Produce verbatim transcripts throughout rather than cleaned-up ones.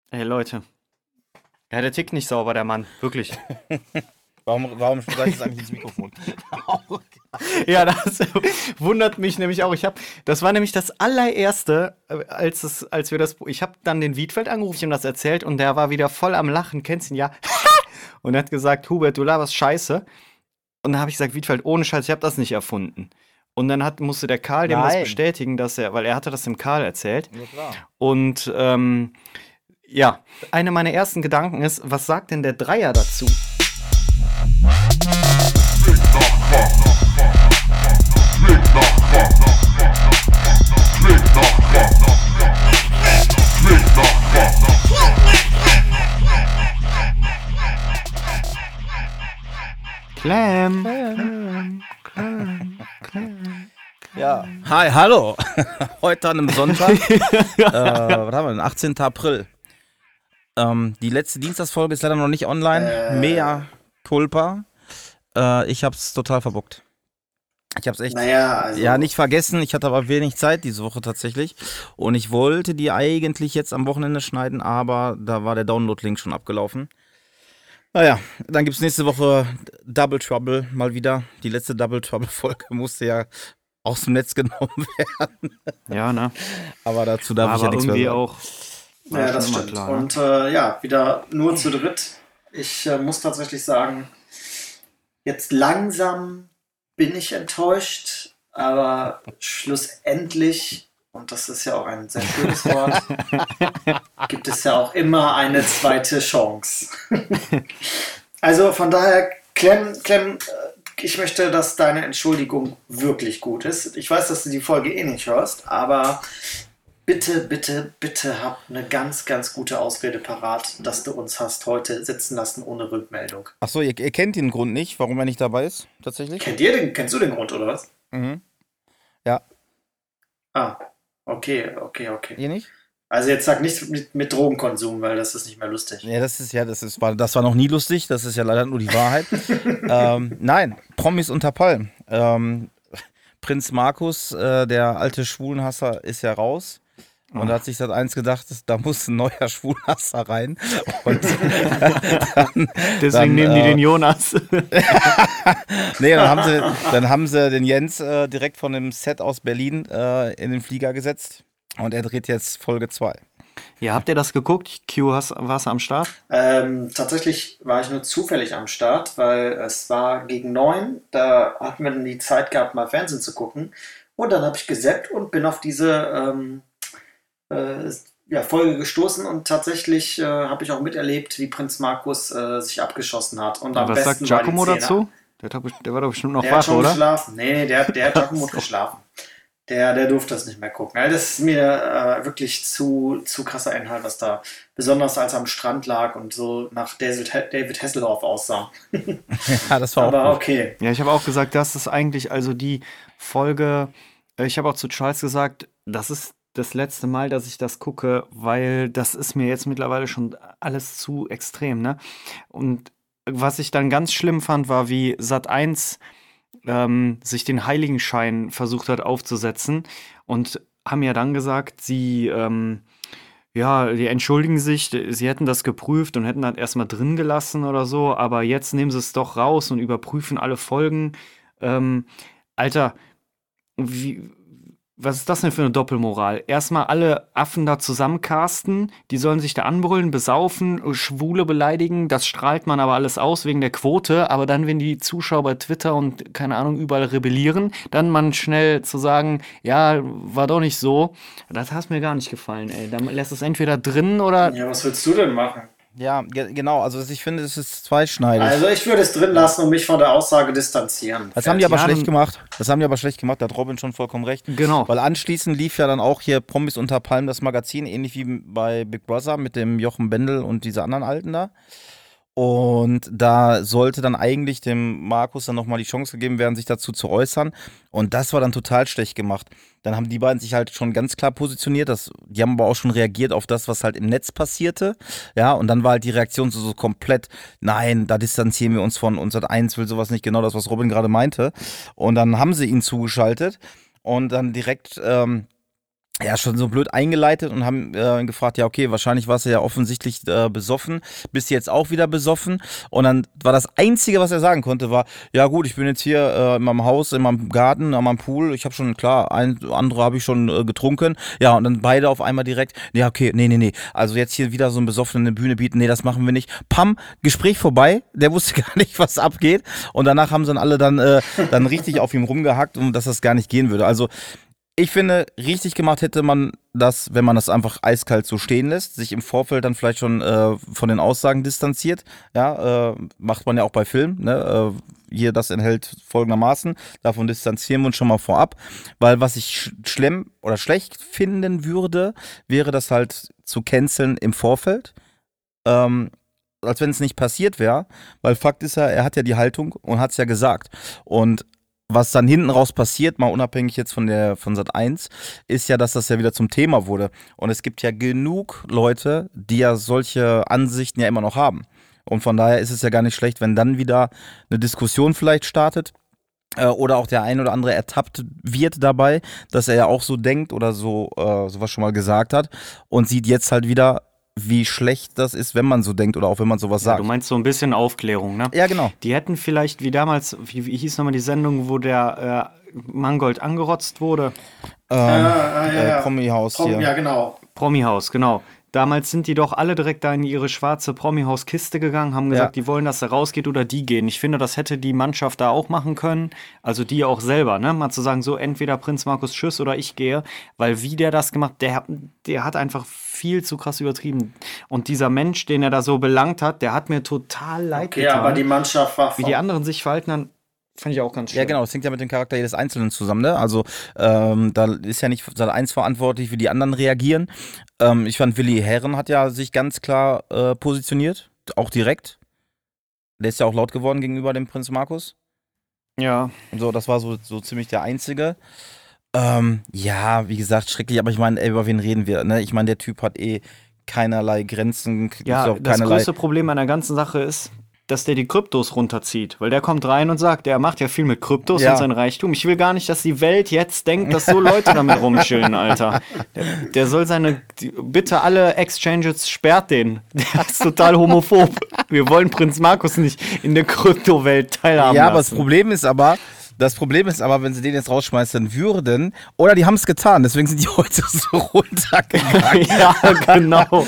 Ey, Leute. Ja, der tickt nicht sauber, der Mann. Wirklich. Warum, warum sag ich das eigentlich ins Mikrofon? Ja, das wundert mich nämlich auch. Ich hab, das war nämlich das allererste, äh, als, es, als wir das. Ich habe dann den Wiedfeld angerufen, ich ihm das erzählt und der war wieder voll am Lachen. Kennst ihn ja? Und er hat gesagt: Hubert, du laberst Scheiße. Und dann habe ich gesagt: Wiedfeld, ohne Scheiß, ich habe das nicht erfunden. Und dann hat, musste der Karl dem das Nein. bestätigen, dass er, weil er hatte das dem Karl erzählt. Ja, klar. Und ähm, ja, einer meiner ersten Gedanken ist, was sagt denn der Dreier dazu? Clam. Clam. Clam. Clam. Ja. Hi, hallo. Heute an einem Sonntag. äh, was haben wir denn? achtzehnten April. Ähm, die letzte Dienstagsfolge ist leider noch nicht online. Äh. Mea culpa. Äh, ich hab's total verbockt. Ich hab's echt naja, also ja nicht vergessen. Ich hatte aber wenig Zeit diese Woche tatsächlich. Und ich wollte die eigentlich jetzt am Wochenende schneiden, aber da war der Download-Link schon abgelaufen. Naja, dann gibt's nächste Woche Double Trouble mal wieder. Die letzte Double Trouble-Folge musste ja aus dem Netz genommen werden. Ja, ne? Aber dazu darf aber ich ja nichts mehr irgendwie sagen. auch. Ja, das stimmt. Klar, ne? Und äh, ja, wieder nur zu dritt. Ich äh, muss tatsächlich sagen, jetzt langsam bin ich enttäuscht, aber schlussendlich, und das ist ja auch ein sehr schönes Wort, gibt es ja auch immer eine zweite Chance. Also von daher, Clem, Clem, ich möchte, dass deine Entschuldigung wirklich gut ist. Ich weiß, dass du die Folge eh nicht hörst, aber bitte, bitte, bitte hab eine ganz, ganz gute Ausrede parat, dass du uns hast heute sitzen lassen ohne Rückmeldung. Achso, ihr, ihr kennt den Grund nicht, warum er nicht dabei ist, tatsächlich? Kennt ihr den, kennst du den Grund, oder was? Mhm. Ja. Ah, okay, okay, okay. Ihr nicht? Also jetzt sag nichts mit, mit Drogenkonsum, weil das ist nicht mehr lustig. Ja, das ist ja, das ist, war, das war noch nie lustig, das ist ja leider nur die Wahrheit. ähm, nein, Promis unter Palmen. Ähm, Prinz Markus, äh, der alte Schwulenhasser, ist ja raus. Und da hat sich Sat eins gedacht, da muss ein neuer Schwulenhasser rein. Und dann, Deswegen dann, nehmen die äh, den Jonas. Nee, dann haben sie, dann haben sie den Jens äh, direkt von dem Set aus Berlin äh, in den Flieger gesetzt. Und er dreht jetzt Folge zwei. Ja, habt ihr das geguckt? Q, hast, warst du am Start? Ähm, tatsächlich war ich nur zufällig am Start, weil es war gegen neun, da hatten wir dann die Zeit gehabt, mal Fernsehen zu gucken. Und dann habe ich gesappt und bin auf diese ähm, äh, ja, Folge gestoßen und tatsächlich äh, habe ich auch miterlebt, wie Prinz Markus äh, sich abgeschossen hat. Und am Was besten sagt Giacomo war die Szene. dazu? Der, hat, der war doch bestimmt noch Der hat wach, schon oder? geschlafen. Nee, nee, der, der hat Giacomo geschlafen. Der, der durfte das nicht mehr gucken. Also das ist mir äh, wirklich zu, zu krasser Inhalt, was da, besonders als er am Strand lag und so nach David Hasselhoff aussah. Ja, das war Aber auch gut. okay. Ja, ich habe auch gesagt, das ist eigentlich also die Folge, äh, ich habe auch zu Charles gesagt, das ist das letzte Mal, dass ich das gucke, weil das ist mir jetzt mittlerweile schon alles zu extrem, ne? Und was ich dann ganz schlimm fand, war, wie Sat eins ähm, sich den Heiligenschein versucht hat aufzusetzen und haben ja dann gesagt, sie ähm, ja, die entschuldigen sich, sie hätten das geprüft und hätten das erstmal drin gelassen oder so, aber jetzt nehmen sie es doch raus und überprüfen alle Folgen. Ähm, Alter, wie, was ist das denn für eine Doppelmoral? Erstmal alle Affen da zusammencasten, die sollen sich da anbrüllen, besaufen, Schwule beleidigen, das strahlt man aber alles aus wegen der Quote, aber dann, wenn die Zuschauer bei Twitter und, keine Ahnung, überall rebellieren, dann man schnell zu sagen, ja, war doch nicht so, das hat mir gar nicht gefallen, ey. Dann lässt es entweder drin oder... Ja, was willst du denn machen? Ja, ge- genau. Also ich finde, es ist zweischneidig. Also ich würde es drin lassen und mich von der Aussage distanzieren. Das haben die aber Ja, schlecht dann- gemacht. Das haben die aber schlecht gemacht. Da hat Robin schon vollkommen recht. Genau. Weil anschließend lief ja dann auch hier Promis unter Palmen das Magazin, ähnlich wie bei Big Brother mit dem Jochen Bendel und diese anderen Alten da. Und da sollte dann eigentlich dem Markus dann nochmal die Chance gegeben werden, sich dazu zu äußern. Und das war dann total schlecht gemacht. Dann haben die beiden sich halt schon ganz klar positioniert. Das, die haben aber auch schon reagiert auf das, was halt im Netz passierte. Ja, und dann war halt die Reaktion so, so komplett, nein, da distanzieren wir uns von. Und Sat eins will sowas nicht, genau das, was Robin gerade meinte. Und dann haben sie ihn zugeschaltet und dann direkt... Ähm, ja, schon so blöd eingeleitet und haben äh, gefragt, ja, okay, wahrscheinlich warst du ja offensichtlich äh, besoffen, bist jetzt auch wieder besoffen. Und dann war das Einzige, was er sagen konnte, war, ja gut, ich bin jetzt hier äh, in meinem Haus, in meinem Garten, an meinem Pool, ich habe schon, klar, ein, andere habe ich schon äh, getrunken. Ja, und dann beide auf einmal direkt, ja, okay, nee, nee, nee, also jetzt hier wieder so einen Besoffenen eine Bühne bieten, nee, das machen wir nicht. Pam, Gespräch vorbei, der wusste gar nicht, was abgeht. Und danach haben sie dann alle dann, äh, dann richtig auf ihm rumgehackt, um dass das gar nicht gehen würde. Also, ich finde, richtig gemacht hätte man das, wenn man das einfach eiskalt so stehen lässt, sich im Vorfeld dann vielleicht schon äh, von den Aussagen distanziert. Ja, äh, macht man ja auch bei Filmen. Ne? Äh, hier, das enthält folgendermaßen. Davon distanzieren wir uns schon mal vorab. Weil was ich sch schlimm oder schlecht finden würde, wäre das halt zu canceln im Vorfeld. Ähm, als wenn es nicht passiert wäre. Weil Fakt ist ja, er hat ja die Haltung und hat es ja gesagt. Und was dann hinten raus passiert, mal unabhängig jetzt von der von Sat eins, ist ja, dass das ja wieder zum Thema wurde. Und es gibt ja genug Leute, die ja solche Ansichten ja immer noch haben. Und von daher ist es ja gar nicht schlecht, wenn dann wieder eine Diskussion vielleicht startet äh, oder auch der ein oder andere ertappt wird dabei, dass er ja auch so denkt oder so äh, sowas schon mal gesagt hat und sieht jetzt halt wieder, wie schlecht das ist, wenn man so denkt oder auch wenn man sowas Ja, sagt. du meinst so ein bisschen Aufklärung, ne? Ja, genau. Die hätten vielleicht, wie damals, wie, wie hieß nochmal die Sendung, wo der äh, Mangold angerotzt wurde? Ähm, Ja, ja, ja, äh, ja. Promi-Haus Prom- hier. Ja, genau. Promi-Haus, genau. Damals sind die doch alle direkt da in ihre schwarze Promi-Haus-Kiste gegangen, haben gesagt, Ja. die wollen, dass er rausgeht oder die gehen. Ich finde, das hätte die Mannschaft da auch machen können. Also die auch selber, ne? Mal zu sagen, so entweder Prinz Markus tschüss oder ich gehe. Weil wie der das gemacht, der, der hat einfach viel zu krass übertrieben. Und dieser Mensch, den er da so belangt hat, der hat mir total leid Okay, getan. aber die Mannschaft war Wie von, die anderen sich verhalten haben, fand ich auch ganz schön. Ja, genau, das hängt ja mit dem Charakter jedes Einzelnen zusammen, ne? Also, ähm, da ist ja nicht Sat eins verantwortlich, wie die anderen reagieren. Ähm, ich fand, Willi Herren hat ja sich ganz klar äh, positioniert, auch direkt. Der ist ja auch laut geworden gegenüber dem Prinz Markus. Ja. So, das war so, so ziemlich der Einzige. Ähm, ja, wie gesagt, schrecklich, aber ich meine, ey, über wen reden wir, ne? Ich meine, der Typ hat eh keinerlei Grenzen, gibt's Ja, auch das keinerlei. größte Problem an der ganzen Sache ist, dass der die Kryptos runterzieht. Weil der kommt rein und sagt, der macht ja viel mit Kryptos Ja. und sein Reichtum. Ich will gar nicht, dass die Welt jetzt denkt, dass so Leute damit rumchillen, Alter. Der, der soll seine, die, bitte alle Exchanges sperrt den. Der ist total homophob. Wir wollen Prinz Markus nicht in der Kryptowelt teilhaben Ja, aber das lassen. Problem ist aber, das Problem ist aber, wenn sie den jetzt rausschmeißen würden, oder die haben es getan, deswegen sind die heute so runtergegangen. Ja, genau.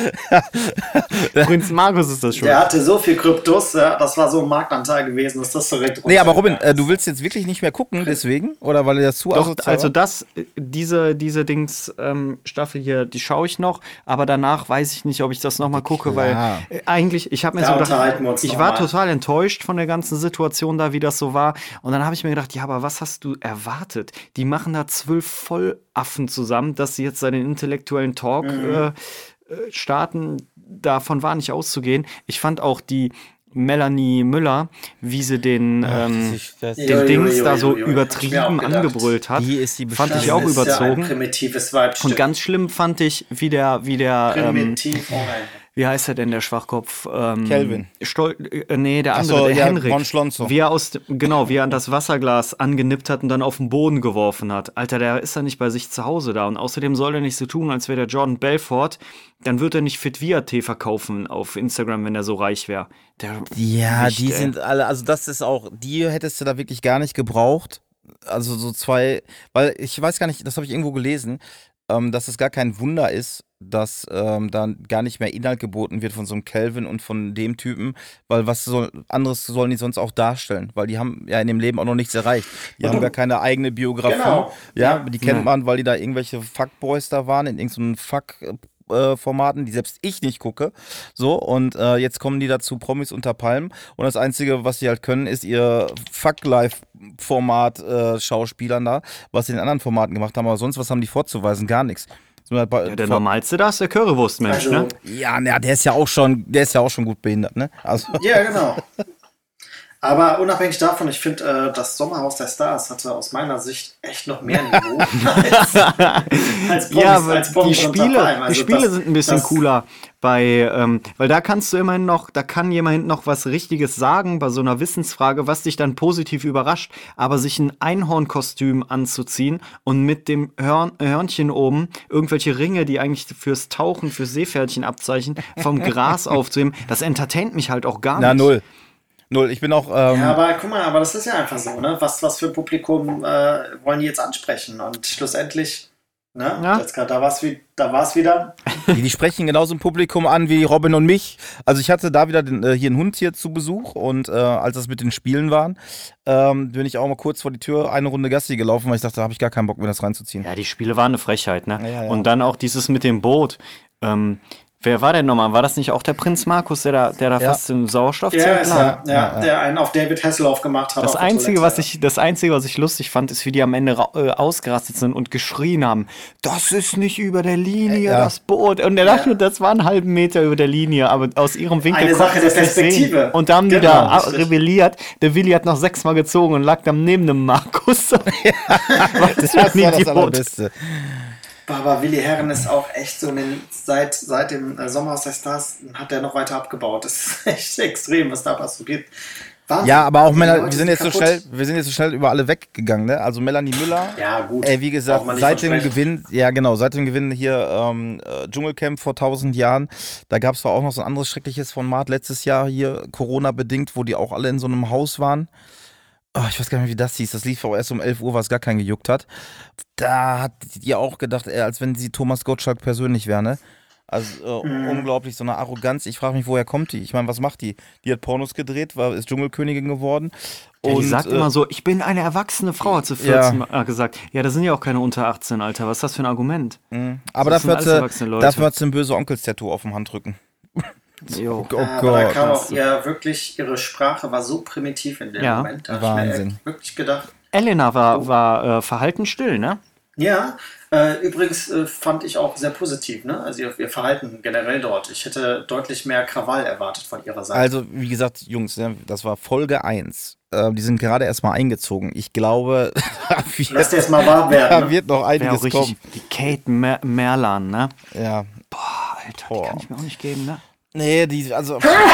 Prinz Markus ist das schon. Der hatte so viel Kryptos, ja, das war so ein Marktanteil gewesen, dass das direkt Nee, aber Robin, runtergegangen äh, du willst jetzt wirklich nicht mehr gucken, deswegen? Oder weil dir das zu Doch, asozial also war? das, äh, diese, diese Dings ähm, Staffel hier, die schaue ich noch, aber danach weiß ich nicht, ob ich das nochmal gucke, weil Klar. äh, eigentlich, ich habe mir Da so gedacht, unterhalten wir uns ich noch war mal. total enttäuscht von der ganzen Situation da, wie das so war. Und dann habe ich mir gedacht, ja, aber was hast du erwartet? Die machen da zwölf Vollaffen zusammen, dass sie jetzt seinen intellektuellen Talk Mhm. äh, äh, starten. Davon war nicht auszugehen. Ich fand auch die Melanie Müller, wie sie den, ähm, das, Jo, den jo, Dings jo, da jo, so jo, hab ich mir auch übertrieben gedacht. angebrüllt hat. die ist die Fand Das ich auch ist ja ein überzogen. primitives Weibstück. Und ganz schlimm fand ich, wie der, wie der, ähm, Primitiv ohne Ende. wie heißt er denn, der Schwachkopf? Ähm, Kelvin. Stol äh, nee, der Ach andere, so, der ja, Henrik. Von Schlonzo. Wie er aus, dem- genau, wie er an das Wasserglas angenippt hat und dann auf den Boden geworfen hat. Alter, der ist ja nicht bei sich zu Hause da. Und außerdem soll er nicht so tun, als wäre der Jordan Belfort. Dann wird er nicht Fit Via Tee verkaufen auf Instagram, wenn er so reich wäre. Der Ja, Wicht, die ey. sind alle, also das ist auch, die hättest du da wirklich gar nicht gebraucht. Also so zwei, weil ich weiß gar nicht, das habe ich irgendwo gelesen, ähm, dass es gar kein Wunder ist, dass ähm, dann gar nicht mehr Inhalt geboten wird von so einem Calvin und von dem Typen, weil was soll, anderes sollen die sonst auch darstellen, weil die haben ja in dem Leben auch noch nichts erreicht. Die haben gar keine eigene Biografie. Genau. Ja, Ja. die kennt Ja. man, weil die da irgendwelche Fuckboys da waren, in irgendeinem Fuck. äh, Formaten, die selbst ich nicht gucke. So, und äh, jetzt kommen die dazu Promis unter Palmen. Und das Einzige, was sie halt können, ist ihr Fuck-Life-Format äh, Schauspielern da, was sie in anderen Formaten gemacht haben. Aber sonst, was haben die vorzuweisen? Gar nichts. So, halt bei- Ja, der vor- normalste da ist der Currywurstmensch, Also, ne? ja, na, der ist ja auch schon, der ist ja auch schon gut behindert, ne? Also, ja, genau. Aber unabhängig davon, ich finde, äh, das Sommerhaus der Stars hatte aus meiner Sicht echt noch mehr Niveau als, als Promis, ja, aber als Promis die Spiele, also die Spiele das, sind ein bisschen das, cooler. Bei, ähm, weil da kannst du immerhin noch, da kann jemand noch was Richtiges sagen bei so einer Wissensfrage, was dich dann positiv überrascht. Aber sich ein Einhornkostüm anzuziehen und mit dem Hörn, Hörnchen oben irgendwelche Ringe, die eigentlich fürs Tauchen, fürs Seepferdchen abzeichnen, vom Gras aufzuheben, das entertaint mich halt auch gar Na, nicht. null. Null. Ich bin auch. Ähm, ja, aber guck mal, aber das ist ja einfach so, ne? Was, was für ein Publikum äh, wollen die jetzt ansprechen? Und schlussendlich, ne? Ja. Jetzt grad, da war es wie, da war's wieder. Die, die sprechen genauso ein Publikum an wie Robin und mich. Also ich hatte da wieder den, äh, hier einen Hund hier zu Besuch und äh, als das mit den Spielen waren, ähm, bin ich auch mal kurz vor die Tür eine Runde Gassi gelaufen, weil ich dachte, da habe ich gar keinen Bock, mir das reinzuziehen. Ja, die Spiele waren eine Frechheit, ne? Ja, ja, ja. Und dann auch dieses mit dem Boot. Ähm, wer war denn nochmal? War das nicht auch der Prinz Markus, der da, der da Ja. fast im Sauerstoffzelt Ja, ist lag? ja, ja, Ja, ja. der einen auf David Hasselhoff gemacht hat. Das auf der Einzige, Toilette, was ja. ich, das Einzige, was ich lustig fand, ist, wie die am Ende ra- äh, ausgerastet sind und geschrien haben, das ist nicht über der Linie, Ja. das Boot. Und er dachte, das war einen halben Meter über der Linie, aber aus ihrem Winkel Eine Sache konnten der sie es nicht Perspektive. sehen. Und da haben die Genau, da richtig. rebelliert. Der Willi hat noch sechsmal gezogen und lag dann neben dem Markus. Was Das für war ein das Idiot. Allerbeste. Aber Willi Herren ist auch echt so, in den, seit, seit dem äh, Sommerhaus der Stars hat er noch weiter abgebaut. Das ist echt extrem, was da passiert. Wahnsinn. Ja, aber auch Die Männer, Leute wir sind jetzt so kaputt. schnell, wir sind jetzt so schnell über alle weggegangen, ne? Also Melanie Müller. Ja, gut. Ey, wie gesagt, Braucht man nicht seit dem versprechen. Gewinn, ja genau, seit dem Gewinn hier ähm, äh, Dschungelcamp vor tausend Jahren, da gab es zwar auch noch so ein anderes schreckliches Format letztes Jahr hier, Corona-bedingt, wo die auch alle in so einem Haus waren. Oh, ich weiß gar nicht mehr, wie das hieß. Das lief auch erst um elf Uhr, was gar keinen gejuckt hat. Da hat die auch gedacht, ey, als wenn sie Thomas Gottschalk persönlich wäre, ne? Also äh, Mhm. unglaublich, so eine Arroganz. Ich frage mich, woher kommt die? Ich meine, was macht die? Die hat Pornos gedreht, war, ist Dschungelkönigin geworden. Ja, die und, sagt äh, immer so, ich bin eine erwachsene Frau, hat sie vierzehn Mal gesagt. Ja, da sind ja auch keine unter achtzehn, Alter. Was ist das für ein Argument? mh. Aber Das dafür sind hat, alles sie, erwachsene Leute. dafür hat sie ein böse Onkels-Tattoo auf dem Handrücken. Jo. Oh Ja, aber da Gott. kam das- auch ihr wirklich, ihre Sprache war so primitiv in dem Ja. Moment. Da hab ich mir Wahnsinn. echt wirklich gedacht. Elena war, war äh, verhalten still, ne? Ja, äh, übrigens äh, fand ich auch sehr positiv, ne? Also ihr, ihr Verhalten generell dort. Ich hätte deutlich mehr Krawall erwartet von ihrer Seite. Also, wie gesagt, Jungs, ne, das war Folge eins. Äh, die sind gerade erstmal eingezogen. Ich glaube, da Lass wird, dir jetzt mal warm werden. da Ne? wird noch Wäre einiges auch richtig. kommen. Die Kate Mer Merlan, ne? Ja. Boah, Alter, Boah. die kann ich mir auch nicht geben, ne? Nee, die, also.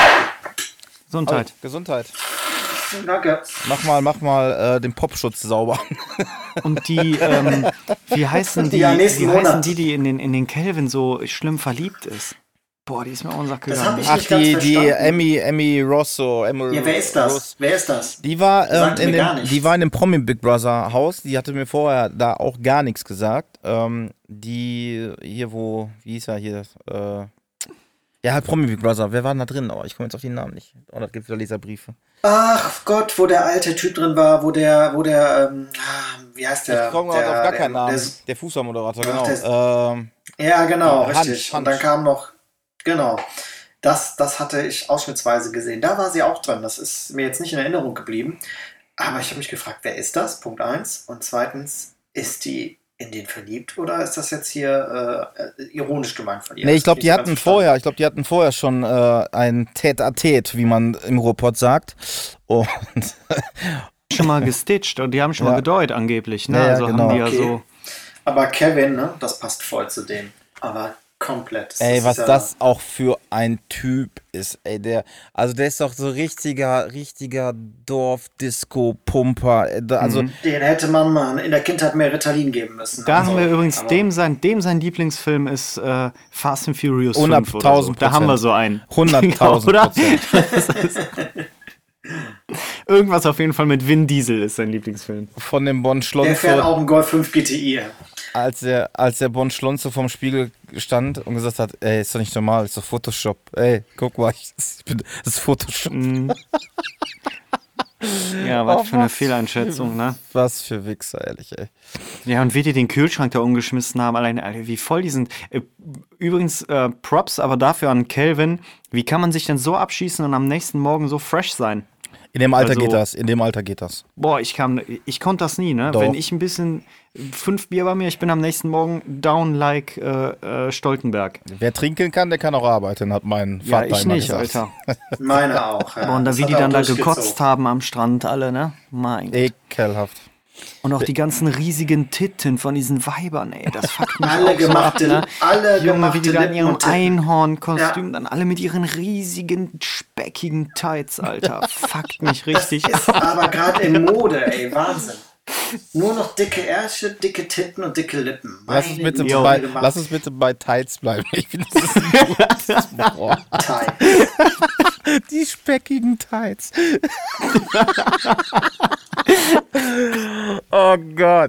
Gesundheit. Oh, Gesundheit. Danke. Mach mal, mach mal äh, den Popschutz sauber. Und die, ähm, wie heißen die, Ja, nächsten wie heißen Monat. die, die in den, in den Kelvin so schlimm verliebt ist? Boah, die ist mir auch ein Sack Das gegangen. hab ich Ach, nicht ganz die, die verstanden. Emmy, Emmy Rosso. Emmy Ja, wer ist das? Ross. Wer ist das? Die war, ähm, Sagte in mir gar dem, nichts. die war in dem Promi Big Brother Haus. Die hatte mir vorher da auch gar nichts gesagt. Ähm, die hier, wo, wie hieß er hier? Äh, ja, halt Promi Big Brother. Wer war denn da drin? Oh, ich komme jetzt auf den Namen nicht. Oh, da gibt es wieder Leserbriefe. Ach Gott, wo der alte Typ drin war, wo der, wo der, ähm, ah, wie heißt der? ich komme der, gerade auf gar der, keinen Namen. Der, Der Fußballmoderator, Ach, genau. Ähm, ja, genau, Hansch, richtig. Und Hansch. dann kam noch, genau, das, das hatte ich ausschnittsweise gesehen. Da war sie auch drin. Das ist mir jetzt nicht in Erinnerung geblieben. Aber ich habe mich gefragt, wer ist das? Punkt eins. Und zweitens, ist die in den verliebt oder ist das jetzt hier äh, ironisch gemeint von ihr? nee, ich glaube, Das die hab hatten nicht ganz vorher, ich glaube, die hatten vorher schon äh, ein Tête-à-Tête, wie man im Ruhrpott sagt. Und schon mal gestitcht und die haben schon mal Ja. gedeutet angeblich, ne? Ja, ja, also genau. haben die ja Okay. so. Aber Kevin, ne, das passt voll zu dem. Aber komplett. Das ey, ist was ja- das auch für ein Typ ist, ey, der, also der ist doch so richtiger, richtiger Dorf-Disco-Pumper. Äh, da- Also, Mhm. Den hätte man mal in der Kindheit mehr Ritalin geben müssen. Da Also, haben wir übrigens, aber- dem sein, dem sein Lieblingsfilm ist äh, Fast and Furious fünf oder so. hunderttausend Da haben wir Prozent. so einen. hunderttausend Oder? Prozent. Irgendwas auf jeden Fall mit Vin Diesel ist sein Lieblingsfilm. Von dem Bon Der fährt Schlonze, auch einen Golf fünf G T I. als der, als der Bon Schlonze vorm Spiegel stand und gesagt hat, ey, ist doch nicht normal, ist doch Photoshop. Ey, guck mal, ich, ich bin, das ist Photoshop. Mhm. Ja, was Oh, für eine was? Fehleinschätzung, ne? Was für Wichser, ehrlich, ey. Ja, und wie die den Kühlschrank da umgeschmissen haben, alleine, Alter, wie voll die sind. Äh, Übrigens, äh, Props aber dafür an Kelvin. Wie kann man sich denn so abschießen und am nächsten Morgen so fresh sein? In dem Alter Also- geht das, in dem Alter geht das. Boah, ich kam, ich konnte das nie, ne? Doch. Wenn ich ein bisschen, fünf Bier bei mir, ich bin am nächsten Morgen down like äh, äh, Stoltenberg. Wer trinken kann, der kann auch arbeiten, hat mein Ja, Vater ich immer nicht, gesagt. Alter. Meine auch. Ja. Boah, und da Das wie hat die er dann auch da durchgezogen. gekotzt haben am Strand, alle, ne? Mein Gott. Ekelhaft. Und auch die ganzen riesigen Titten von diesen Weibern, ey, das fuckt mich Alle auch so gemachte, ab, ne? alle Junge, gemachte wie die da in Lippen ihrem und Titten. Einhornkostüm, dann alle mit ihren riesigen, speckigen Tights, Alter. Fuckt mich richtig Ist ab. aber gerade in Mode, ey, Wahnsinn. Nur noch dicke Ärsche, dicke Titten und dicke Lippen. Lass es, Meine bitte Güte, bei, gemacht. lass es bitte bei Tights bleiben. Ich finde, das ist ein gutes Wort. Teil. Die speckigen Tights. Oh Gott.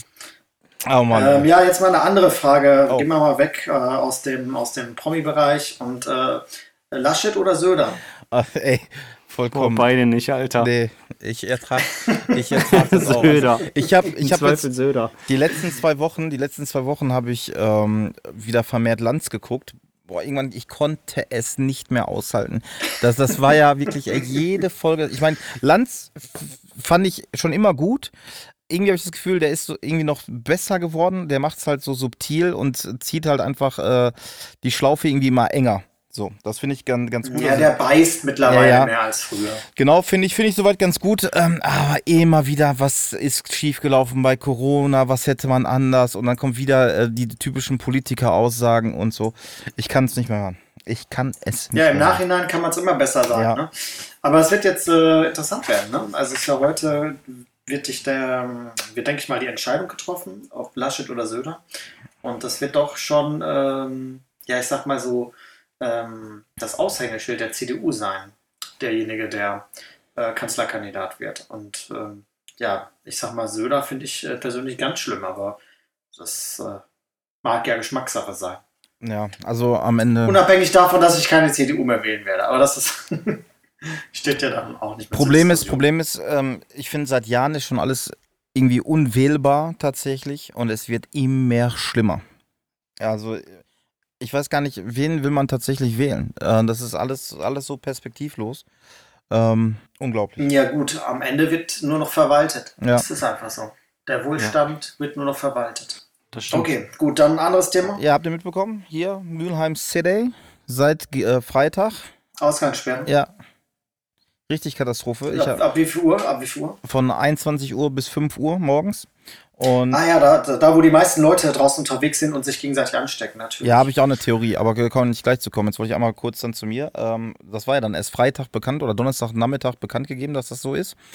Oh Mann. Ähm, ja, jetzt mal eine andere Frage. Oh. Gehen wir mal weg äh, aus dem, aus dem Promi-Bereich. Und äh, Laschet oder Söder? Ach, ey, Boah, vollkommen. beide nicht, Alter. Nee, ich ertrag, ich ertrag das auch. Söder. Ich habe Im ich hab Zweifel jetzt Söder. die letzten zwei Wochen, die letzten zwei Wochen habe ich ähm, wieder vermehrt Lanz geguckt. Boah, irgendwann, ich konnte es nicht mehr aushalten. Das, das war ja wirklich ey, jede Folge. Ich meine, Lanz f- fand ich schon immer gut. Irgendwie habe ich das Gefühl, der ist so irgendwie noch besser geworden. Der macht es halt so subtil und zieht halt einfach äh, die Schlaufe irgendwie mal enger. So, das finde ich ganz, ganz gut. Ja, Also, der beißt mittlerweile Ja, ja. mehr als früher. Genau, finde ich, finde ich soweit ganz gut. Ähm, aber immer wieder, was ist schiefgelaufen bei Corona, was hätte man anders? Und dann kommt wieder äh, die typischen Politiker-Aussagen und so. Ich kann es nicht mehr hören. Ich kann es nicht Ja, im mehr hören. Nachhinein kann man es immer besser sagen. Ja. Ne? Aber es wird jetzt äh, interessant werden. Ne? Also es ist ja heute, wird, dich der, wird, denke ich mal, die Entscheidung getroffen, ob Laschet oder Söder. Und das wird doch schon, ähm, ja, ich sag mal so, ähm, das Aushängeschild der C D U sein. Derjenige, der äh, Kanzlerkandidat wird. Und ähm, ja, ich sag mal, Söder finde ich äh, persönlich ganz schlimm, aber das äh, mag ja Geschmackssache sein. Ja, also am Ende. Unabhängig davon, dass ich keine C D U mehr wählen werde. Aber das ist steht ja dann auch nicht mehr zur Problem ist, Diskussion. Problem ist, ähm, ich finde, seit Jahren ist schon alles irgendwie unwählbar tatsächlich und es wird immer schlimmer. Also, ich weiß gar nicht, wen will man tatsächlich wählen? Äh, das ist alles, alles so perspektivlos. Ähm, unglaublich. Ja gut, am Ende wird nur noch verwaltet. Ja. Das ist einfach so. Der Wohlstand wird nur noch verwaltet. Das stimmt. Okay, gut, dann ein anderes Thema. Ja, habt ihr mitbekommen? Hier, Mülheim City, seit äh, Freitag. Ausgangssperren. Ja. Richtig Katastrophe. Ich ab, hab ab wie viel Uhr? Ab wie viel Uhr? von einundzwanzig Uhr bis fünf Uhr morgens. Und Ah ja, da, da, da wo die meisten Leute draußen unterwegs sind und sich gegenseitig anstecken, natürlich. ja, habe ich auch eine Theorie, aber wir kommen nicht gleich zu kommen. Jetzt wollte ich einmal kurz dann zu mir. Ähm, das war ja dann erst Freitag bekannt oder Donnerstagnachmittag bekannt gegeben, dass das so ist.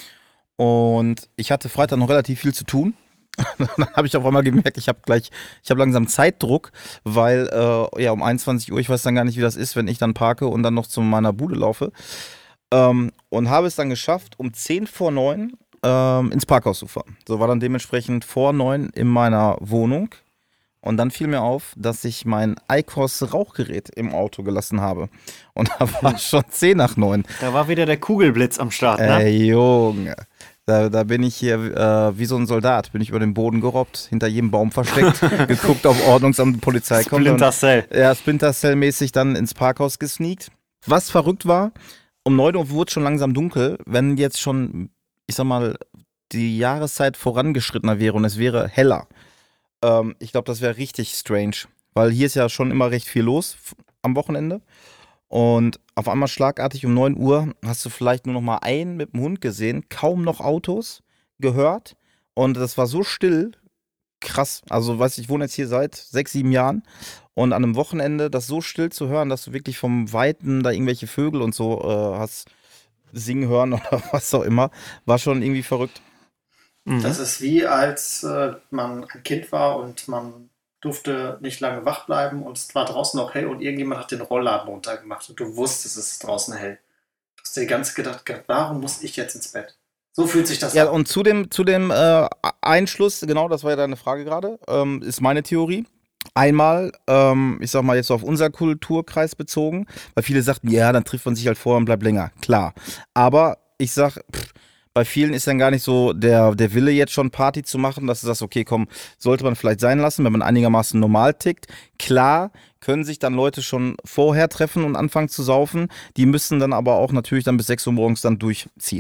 Und ich hatte Freitag noch relativ viel zu tun. Dann habe ich auf einmal gemerkt, ich habe gleich, ich habe langsam Zeitdruck, weil äh, ja um einundzwanzig Uhr, ich weiß dann gar nicht, wie das ist, wenn ich dann parke und dann noch zu meiner Bude laufe. Ähm, und habe es dann geschafft, um zehn vor neun ähm, ins Parkhaus zu fahren. So war dann dementsprechend vor neun in meiner Wohnung. Und dann fiel mir auf, dass ich mein I Q O S-Rauchgerät im Auto gelassen habe. Und da war es schon zehn nach neun. Da war wieder der Kugelblitz am Start, ne? Ey, Junge. Da, da bin ich hier äh, wie so ein Soldat, bin ich über den Boden gerobbt, hinter jedem Baum versteckt, geguckt, ob Ordnungsamt und Polizei kommt. Splinter Cell. Und, ja, Splinter Cell-mäßig dann ins Parkhaus gesneakt. Was verrückt war, um neun Uhr wurde es schon langsam dunkel, wenn jetzt schon, ich sag mal, die Jahreszeit vorangeschrittener wäre und es wäre heller. Ähm, ich glaube, das wäre richtig strange, weil hier ist ja schon immer recht viel los f- am Wochenende. Und auf einmal schlagartig um neun Uhr hast du vielleicht nur noch mal einen mit dem Hund gesehen, kaum noch Autos gehört. Und das war so still, krass. Also, weißt du, ich wohne jetzt hier seit sechs, sieben Jahren. Und an einem Wochenende das so still zu hören, dass du wirklich vom Weiten da irgendwelche Vögel und so äh, hast singen hören oder was auch immer, war schon irgendwie verrückt. Mhm. Das ist wie als äh, man ein Kind war und man durfte nicht lange wach bleiben und es war draußen noch hell und irgendjemand hat den Rollladen runtergemacht und du wusstest, es ist draußen hell. Du hast dir die ganze Zeit gedacht, warum muss ich jetzt ins Bett? So fühlt sich das Ja, an. und zu dem, zu dem äh, Einschluss, genau, das war ja deine Frage gerade, ähm, ist meine Theorie. Einmal, ähm, ich sag mal jetzt auf unser Kulturkreis bezogen, weil viele sagten, ja, dann trifft man sich halt vorher und bleibt länger. Klar. Aber ich sag, pff, bei vielen ist dann gar nicht so der, der Wille, jetzt schon Party zu machen, dass du sagst, okay, komm, sollte man vielleicht sein lassen, wenn man einigermaßen normal tickt. Klar können sich dann Leute schon vorher treffen und anfangen zu saufen. Die müssen dann aber auch natürlich dann bis sechs Uhr morgens dann durchziehen.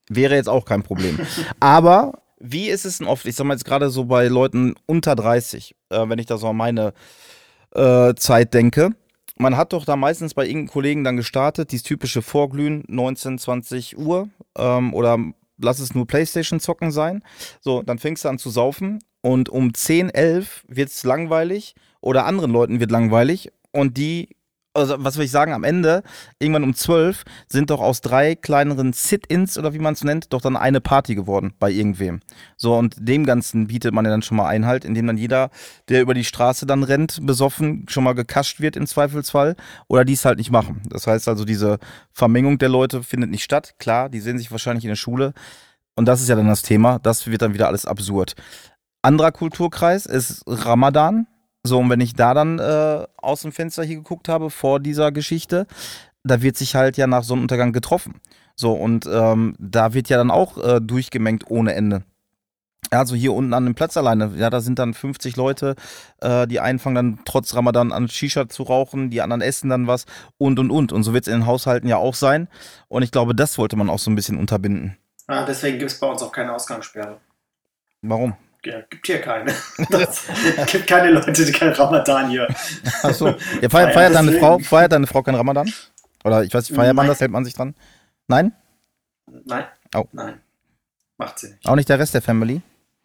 Wäre jetzt auch kein Problem. Aber wie ist es denn oft, ich sag mal jetzt gerade so bei Leuten unter dreißig, äh, wenn ich da so an meine äh, Zeit denke, man hat doch da meistens bei irgendeinem Kollegen dann gestartet, dieses typische Vorglühen, neunzehn, zwanzig Uhr ähm, oder lass es nur Playstation zocken sein. So, dann fängst du an zu saufen und um zehn, elf wird es langweilig oder anderen Leuten wird langweilig und die, also was will ich sagen, am Ende, irgendwann um zwölf, sind doch aus drei kleineren Sit-Ins oder wie man es nennt, doch dann eine Party geworden bei irgendwem. So, und dem Ganzen bietet man ja dann schon mal Einhalt, indem dann jeder, der über die Straße dann rennt, besoffen, schon mal gekascht wird im Zweifelsfall oder die es halt nicht machen. Das heißt also, diese Vermengung der Leute findet nicht statt. Klar, die sehen sich wahrscheinlich in der Schule und das ist ja dann das Thema. Das wird dann wieder alles absurd. Anderer Kulturkreis ist Ramadan. So, und wenn ich da dann äh, aus dem Fenster hier geguckt habe, vor dieser Geschichte, da wird sich halt ja nach Sonnenuntergang getroffen. So, und ähm, da wird ja dann auch äh, durchgemengt ohne Ende. Also hier unten an dem Platz alleine, ja, da sind dann fünfzig Leute, äh, die einen fangen dann trotz Ramadan an Shisha zu rauchen, die anderen essen dann was und und und. Und so wird es in den Haushalten ja auch sein. Und ich glaube, das wollte man auch so ein bisschen unterbinden. Ah, deswegen gibt es bei uns auch keine Ausgangssperre. Warum? Ja, gibt hier keine. Es gibt keine Leute, die kein Ramadan hier. Achso. Ja, feiert, feiert, deine Frau, feiert deine Frau kein Ramadan? Oder ich weiß nicht, feiert man das? Hält man sich dran? Nein? Nein. Oh. Nein. Macht sie nicht. Auch nicht der Rest der Family?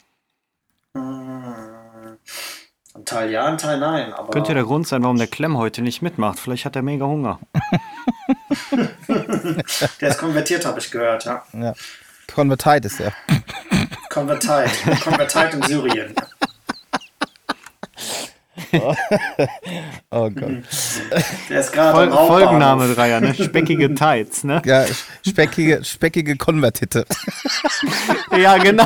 Ein Teil ja, ein Teil nein. Aber könnte der Grund sein, warum der Clem heute nicht mitmacht. Vielleicht hat er mega Hunger. Der ist konvertiert, habe ich gehört, ja. Ja. Konvertiert ist er. Konvertiert. Konvertiert in Syrien. Oh, oh Gott. Der ist gerade Fol am Hauptbahnhof. Folgenname Dreier, ne? Speckige Tights, ne? Ja, speckige, speckige Konvertitte. Ja, genau.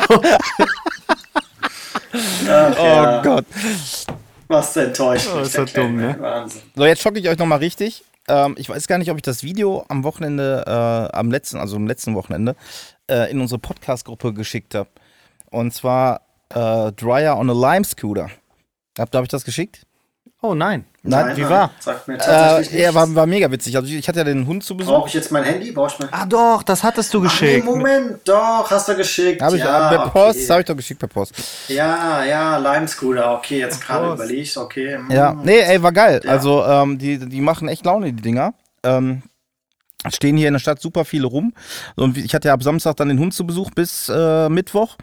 Ach, Oh ja. Gott. Was enttäuscht Oh, mich, ist der das dumm, Clem, ne? Wahnsinn. So, jetzt schocke ich euch nochmal richtig. Ähm, ich weiß gar nicht, ob ich das Video am Wochenende, äh, am letzten, also am letzten Wochenende, äh, in unsere Podcast-Gruppe geschickt habe. Und zwar äh, Dryer on a Lime Scooter. Habt ihr, hab ich das geschickt? Oh nein. Nein, wie war? Sagt mir Äh, tatsächlich ja, nichts. war, war mega witzig. Also ich hatte ja den Hund zu Besuch. Brauche ich jetzt mein Handy? Brauche ich mein Ah doch, das hattest du Ach, nee, geschickt. Moment, doch, hast du geschickt. Habe ich ja, äh, per Post, okay. habe ich doch geschickt per Post. Ja, ja, Lime Scooter, okay, jetzt gerade Post. überlegt, okay. mm. Ja, nee, ey, war geil. Ja. Also ähm, die, die machen echt Laune, die Dinger. Ähm, stehen hier in der Stadt super viele rum. Und ich hatte ja ab Samstag dann den Hund zu Besuch bis äh, Mittwoch.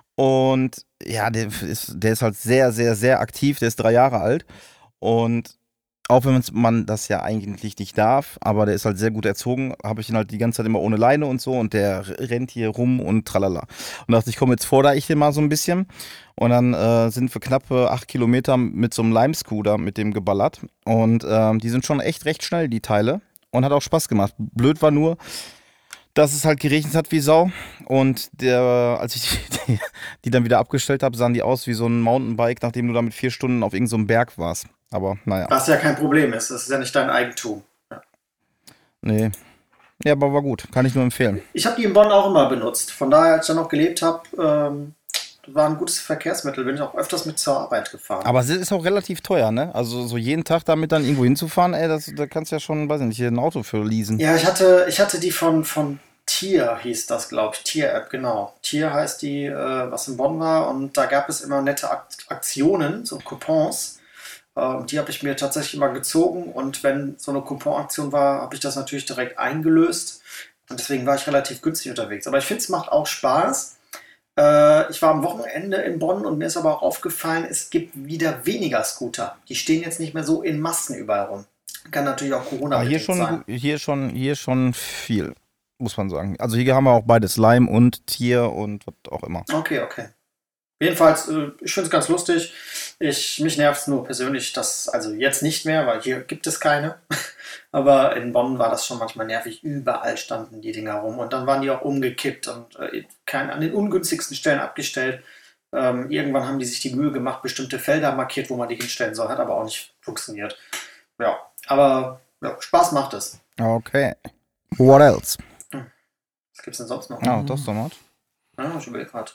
Und ja, der ist, der ist halt sehr, sehr, sehr aktiv. Der ist drei Jahre alt. Und auch wenn man das ja eigentlich nicht darf, aber der ist halt sehr gut erzogen, habe ich ihn halt die ganze Zeit immer ohne Leine und so und der rennt hier rum und tralala. Und dachte ich, komm, jetzt fordere ich den mal so ein bisschen. Und dann äh, sind wir knappe acht Kilometer mit so einem Lime-Scooter mit dem geballert. Und ähm, die sind schon echt recht schnell, die Teile. Und hat auch Spaß gemacht. Blöd war nur, dass es halt geregnet hat wie Sau. Und der, als ich die, die dann wieder abgestellt habe, sahen die aus wie so ein Mountainbike, nachdem du damit vier Stunden auf irgendeinem so Berg warst. Aber naja. Was ja kein Problem ist, das ist ja nicht dein Eigentum. Ja. Nee. Ja, aber war gut. Kann ich nur empfehlen. Ich habe die in Bonn auch immer benutzt. Von daher, als ich da noch gelebt habe, ähm, war ein gutes Verkehrsmittel. Bin ich auch öfters mit zur Arbeit gefahren. Aber es ist auch relativ teuer, ne? Also so jeden Tag damit dann irgendwo hinzufahren, ey, das, da kannst du ja schon, weiß ich nicht, hier ein Auto für leasen. Ja, ich hatte, ich hatte die von, von Tier, hieß das, glaube ich. Tier-App, genau. Tier heißt die, äh, was in Bonn war. Und da gab es immer nette Akt- Aktionen, so Coupons. Ähm, die habe ich mir tatsächlich immer gezogen. Und wenn so eine Couponaktion war, habe ich das natürlich direkt eingelöst. Und deswegen war ich relativ günstig unterwegs. Aber ich finde, es macht auch Spaß. Äh, ich war am Wochenende in Bonn und mir ist aber auch aufgefallen, es gibt wieder weniger Scooter. Die stehen jetzt nicht mehr so in Massen überall rum. Kann natürlich auch Corona Aber hier bedingt schon, sein. hier schon, hier schon viel, muss man sagen. Also hier haben wir auch beides, Lime und Tier und was auch immer. Okay, okay. Jedenfalls, äh, ich finde es ganz lustig. Ich, mich nervt es nur persönlich, dass, also jetzt nicht mehr, weil hier gibt es keine. Aber in Bonn war das schon manchmal nervig. Überall standen die Dinger rum und dann waren die auch umgekippt und äh, kein, an den ungünstigsten Stellen abgestellt. Ähm, irgendwann haben die sich die Mühe gemacht, bestimmte Felder markiert, wo man die hinstellen soll. Hat aber auch nicht funktioniert. Ja, aber ja, Spaß macht es. Okay. What else? Was gibt es denn sonst noch? Ah, das doch mal. Ja, ich überlege gerade.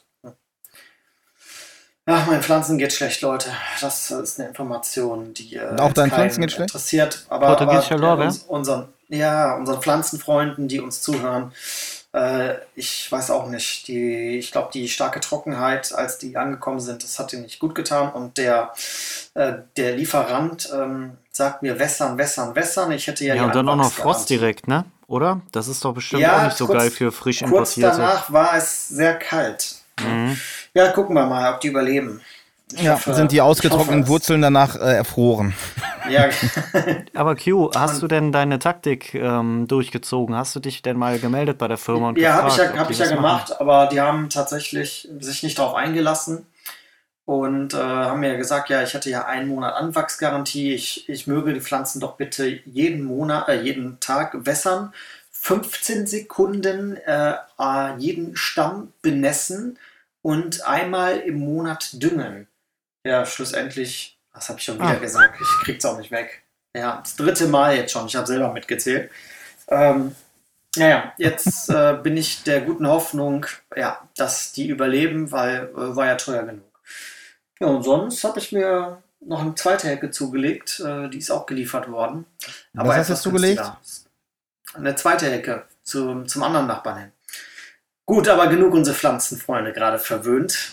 Ach, meinen Pflanzen geht schlecht, Leute. Das ist eine Information, die äh, Auch jetzt deinen keinen Pflanzen geht schlecht? interessiert. Aber, Portugiesischer aber Lorbeer? uns, unseren, ja, unseren Pflanzenfreunden, die uns zuhören, Äh, ich weiß auch nicht. Die, ich glaube, die starke Trockenheit, als die angekommen sind, das hat ihnen nicht gut getan. Und der, äh, der Lieferant ähm, sagt mir wässern, wässern, wässern. Ich hätte ja Ja, die und dann auch noch Anwachsgarantie. Frost direkt, ne? Oder? Das ist doch bestimmt Ja, auch nicht so kurz- geil für frisch Kurz importierte. danach war es sehr kalt. Mhm. Ja, gucken wir mal, ob die überleben. Ich Ja, hoffe- sind die ich ausgetrockneten hoffe es. Wurzeln danach äh, erfroren. Ja, Aber Q, hast du denn deine Taktik ähm, durchgezogen? Hast du dich denn mal gemeldet bei der Firma und ja habe gefragt, ich ja, ob hab die ich ja das machen? gemacht, aber die haben tatsächlich sich nicht darauf eingelassen und äh, haben mir gesagt, ja, ich hätte ja einen Monat Anwachsgarantie, ich, ich möge die Pflanzen doch bitte jeden Monat, äh, jeden Tag wässern, fünfzehn Sekunden äh, äh, jeden Stamm benässen und einmal im Monat düngen. Ja, schlussendlich, was habe ich schon wieder Ah. gesagt? Ich krieg's auch nicht weg. Ja, das dritte Mal jetzt schon. Ich habe selber mitgezählt. Ähm, naja, jetzt äh, bin ich der guten Hoffnung, ja, dass die überleben, weil äh, war ja teuer genug. Ja, und sonst habe ich mir noch eine zweite Hecke zugelegt. Äh, die ist auch geliefert worden. Was hast du etwas zugelegt? günstiger. Eine zweite Hecke zum, zum anderen Nachbarn hin. Gut, aber genug unsere Pflanzenfreunde gerade verwöhnt.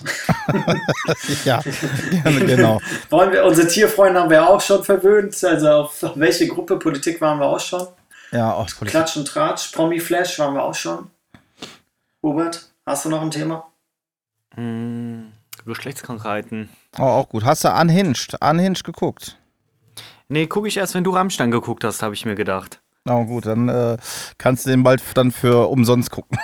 Ja, genau. Wollen wir, unsere Tierfreunde haben wir auch schon verwöhnt. Also auf welche Gruppe Politik waren wir auch schon? Ja, auch Politik. Klatsch und Tratsch, Promi-Flash waren wir auch schon. Hubert, hast du noch ein Thema? Hm, Geschlechtskrankheiten. Oh, auch gut. Hast du Unhinged, Unhinged geguckt? Nee, gucke ich erst, wenn du Rammstein geguckt hast, habe ich mir gedacht. Na oh, gut, dann äh, kannst du den bald dann für umsonst gucken.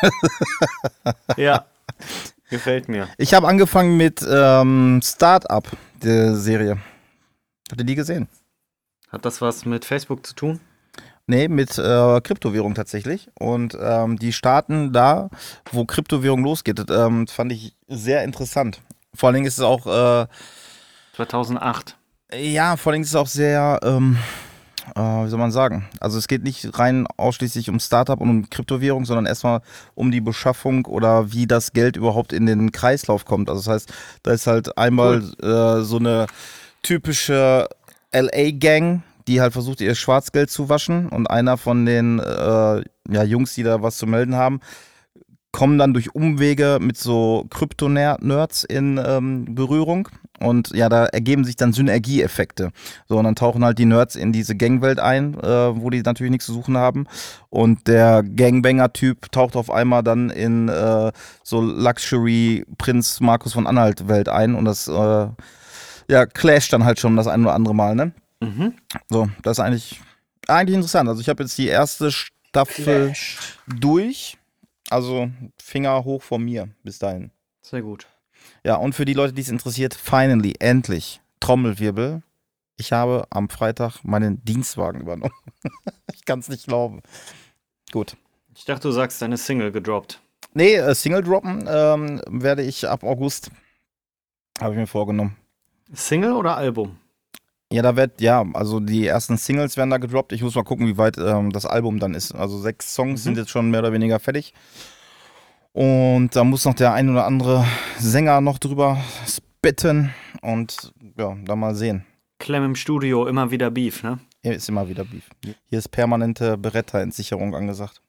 Ja, gefällt mir. Ich habe angefangen mit ähm, Startup, der Serie. Habt ihr die gesehen? Hat das was mit Facebook zu tun? Nee, mit äh, Kryptowährung tatsächlich. Und ähm, die starten da, wo Kryptowährung losgeht. Ähm, fand ich sehr interessant. Vor allen Dingen ist es auch, äh, zweitausendacht. ja, vor allen Dingen ist es auch sehr, ähm, äh, wie soll man sagen? Also es geht nicht rein ausschließlich um Startup und um Kryptowährung, sondern erstmal um die Beschaffung oder wie das Geld überhaupt in den Kreislauf kommt. Also das heißt, da ist halt einmal äh, so eine typische L A-Gang, die halt versucht, ihr Schwarzgeld zu waschen, und einer von den äh, ja, Jungs, die da was zu melden haben, kommen dann durch Umwege mit so Krypto-Nerds in ähm, Berührung, und ja, da ergeben sich dann Synergieeffekte. So, und dann tauchen halt die Nerds in diese Gangwelt ein, äh, wo die natürlich nichts zu suchen haben, und der Gangbanger-Typ taucht auf einmal dann in äh, so Luxury-Prinz Markus von Anhalt-Welt ein, und das äh, ja, clasht dann halt schon das ein oder andere Mal, ne? Mhm. So, das ist eigentlich, eigentlich interessant. Also ich habe jetzt die erste Staffel Flash. durch. Also Finger hoch von mir bis dahin. Sehr gut. Ja, und für die Leute, die es interessiert, finally, endlich, Trommelwirbel. Ich habe am Freitag meinen Dienstwagen übernommen. Ich kann es nicht glauben. Gut. Ich dachte, du sagst, deine Single gedroppt. Nee, äh, Single droppen ähm, werde ich ab August. Habe ich mir vorgenommen. Single oder Album? Ja, da wird, ja, also die ersten Singles werden da gedroppt. Ich muss mal gucken, wie weit ähm, das Album dann ist. Also sechs Songs Mhm. sind jetzt schon mehr oder weniger fertig. Und da muss noch der ein oder andere Sänger noch drüber spitten. Und ja, dann mal sehen. Clem im Studio, immer wieder Beef, ne? Hier ist immer wieder Beef. Hier ist permanente Beretta-Entsicherung angesagt.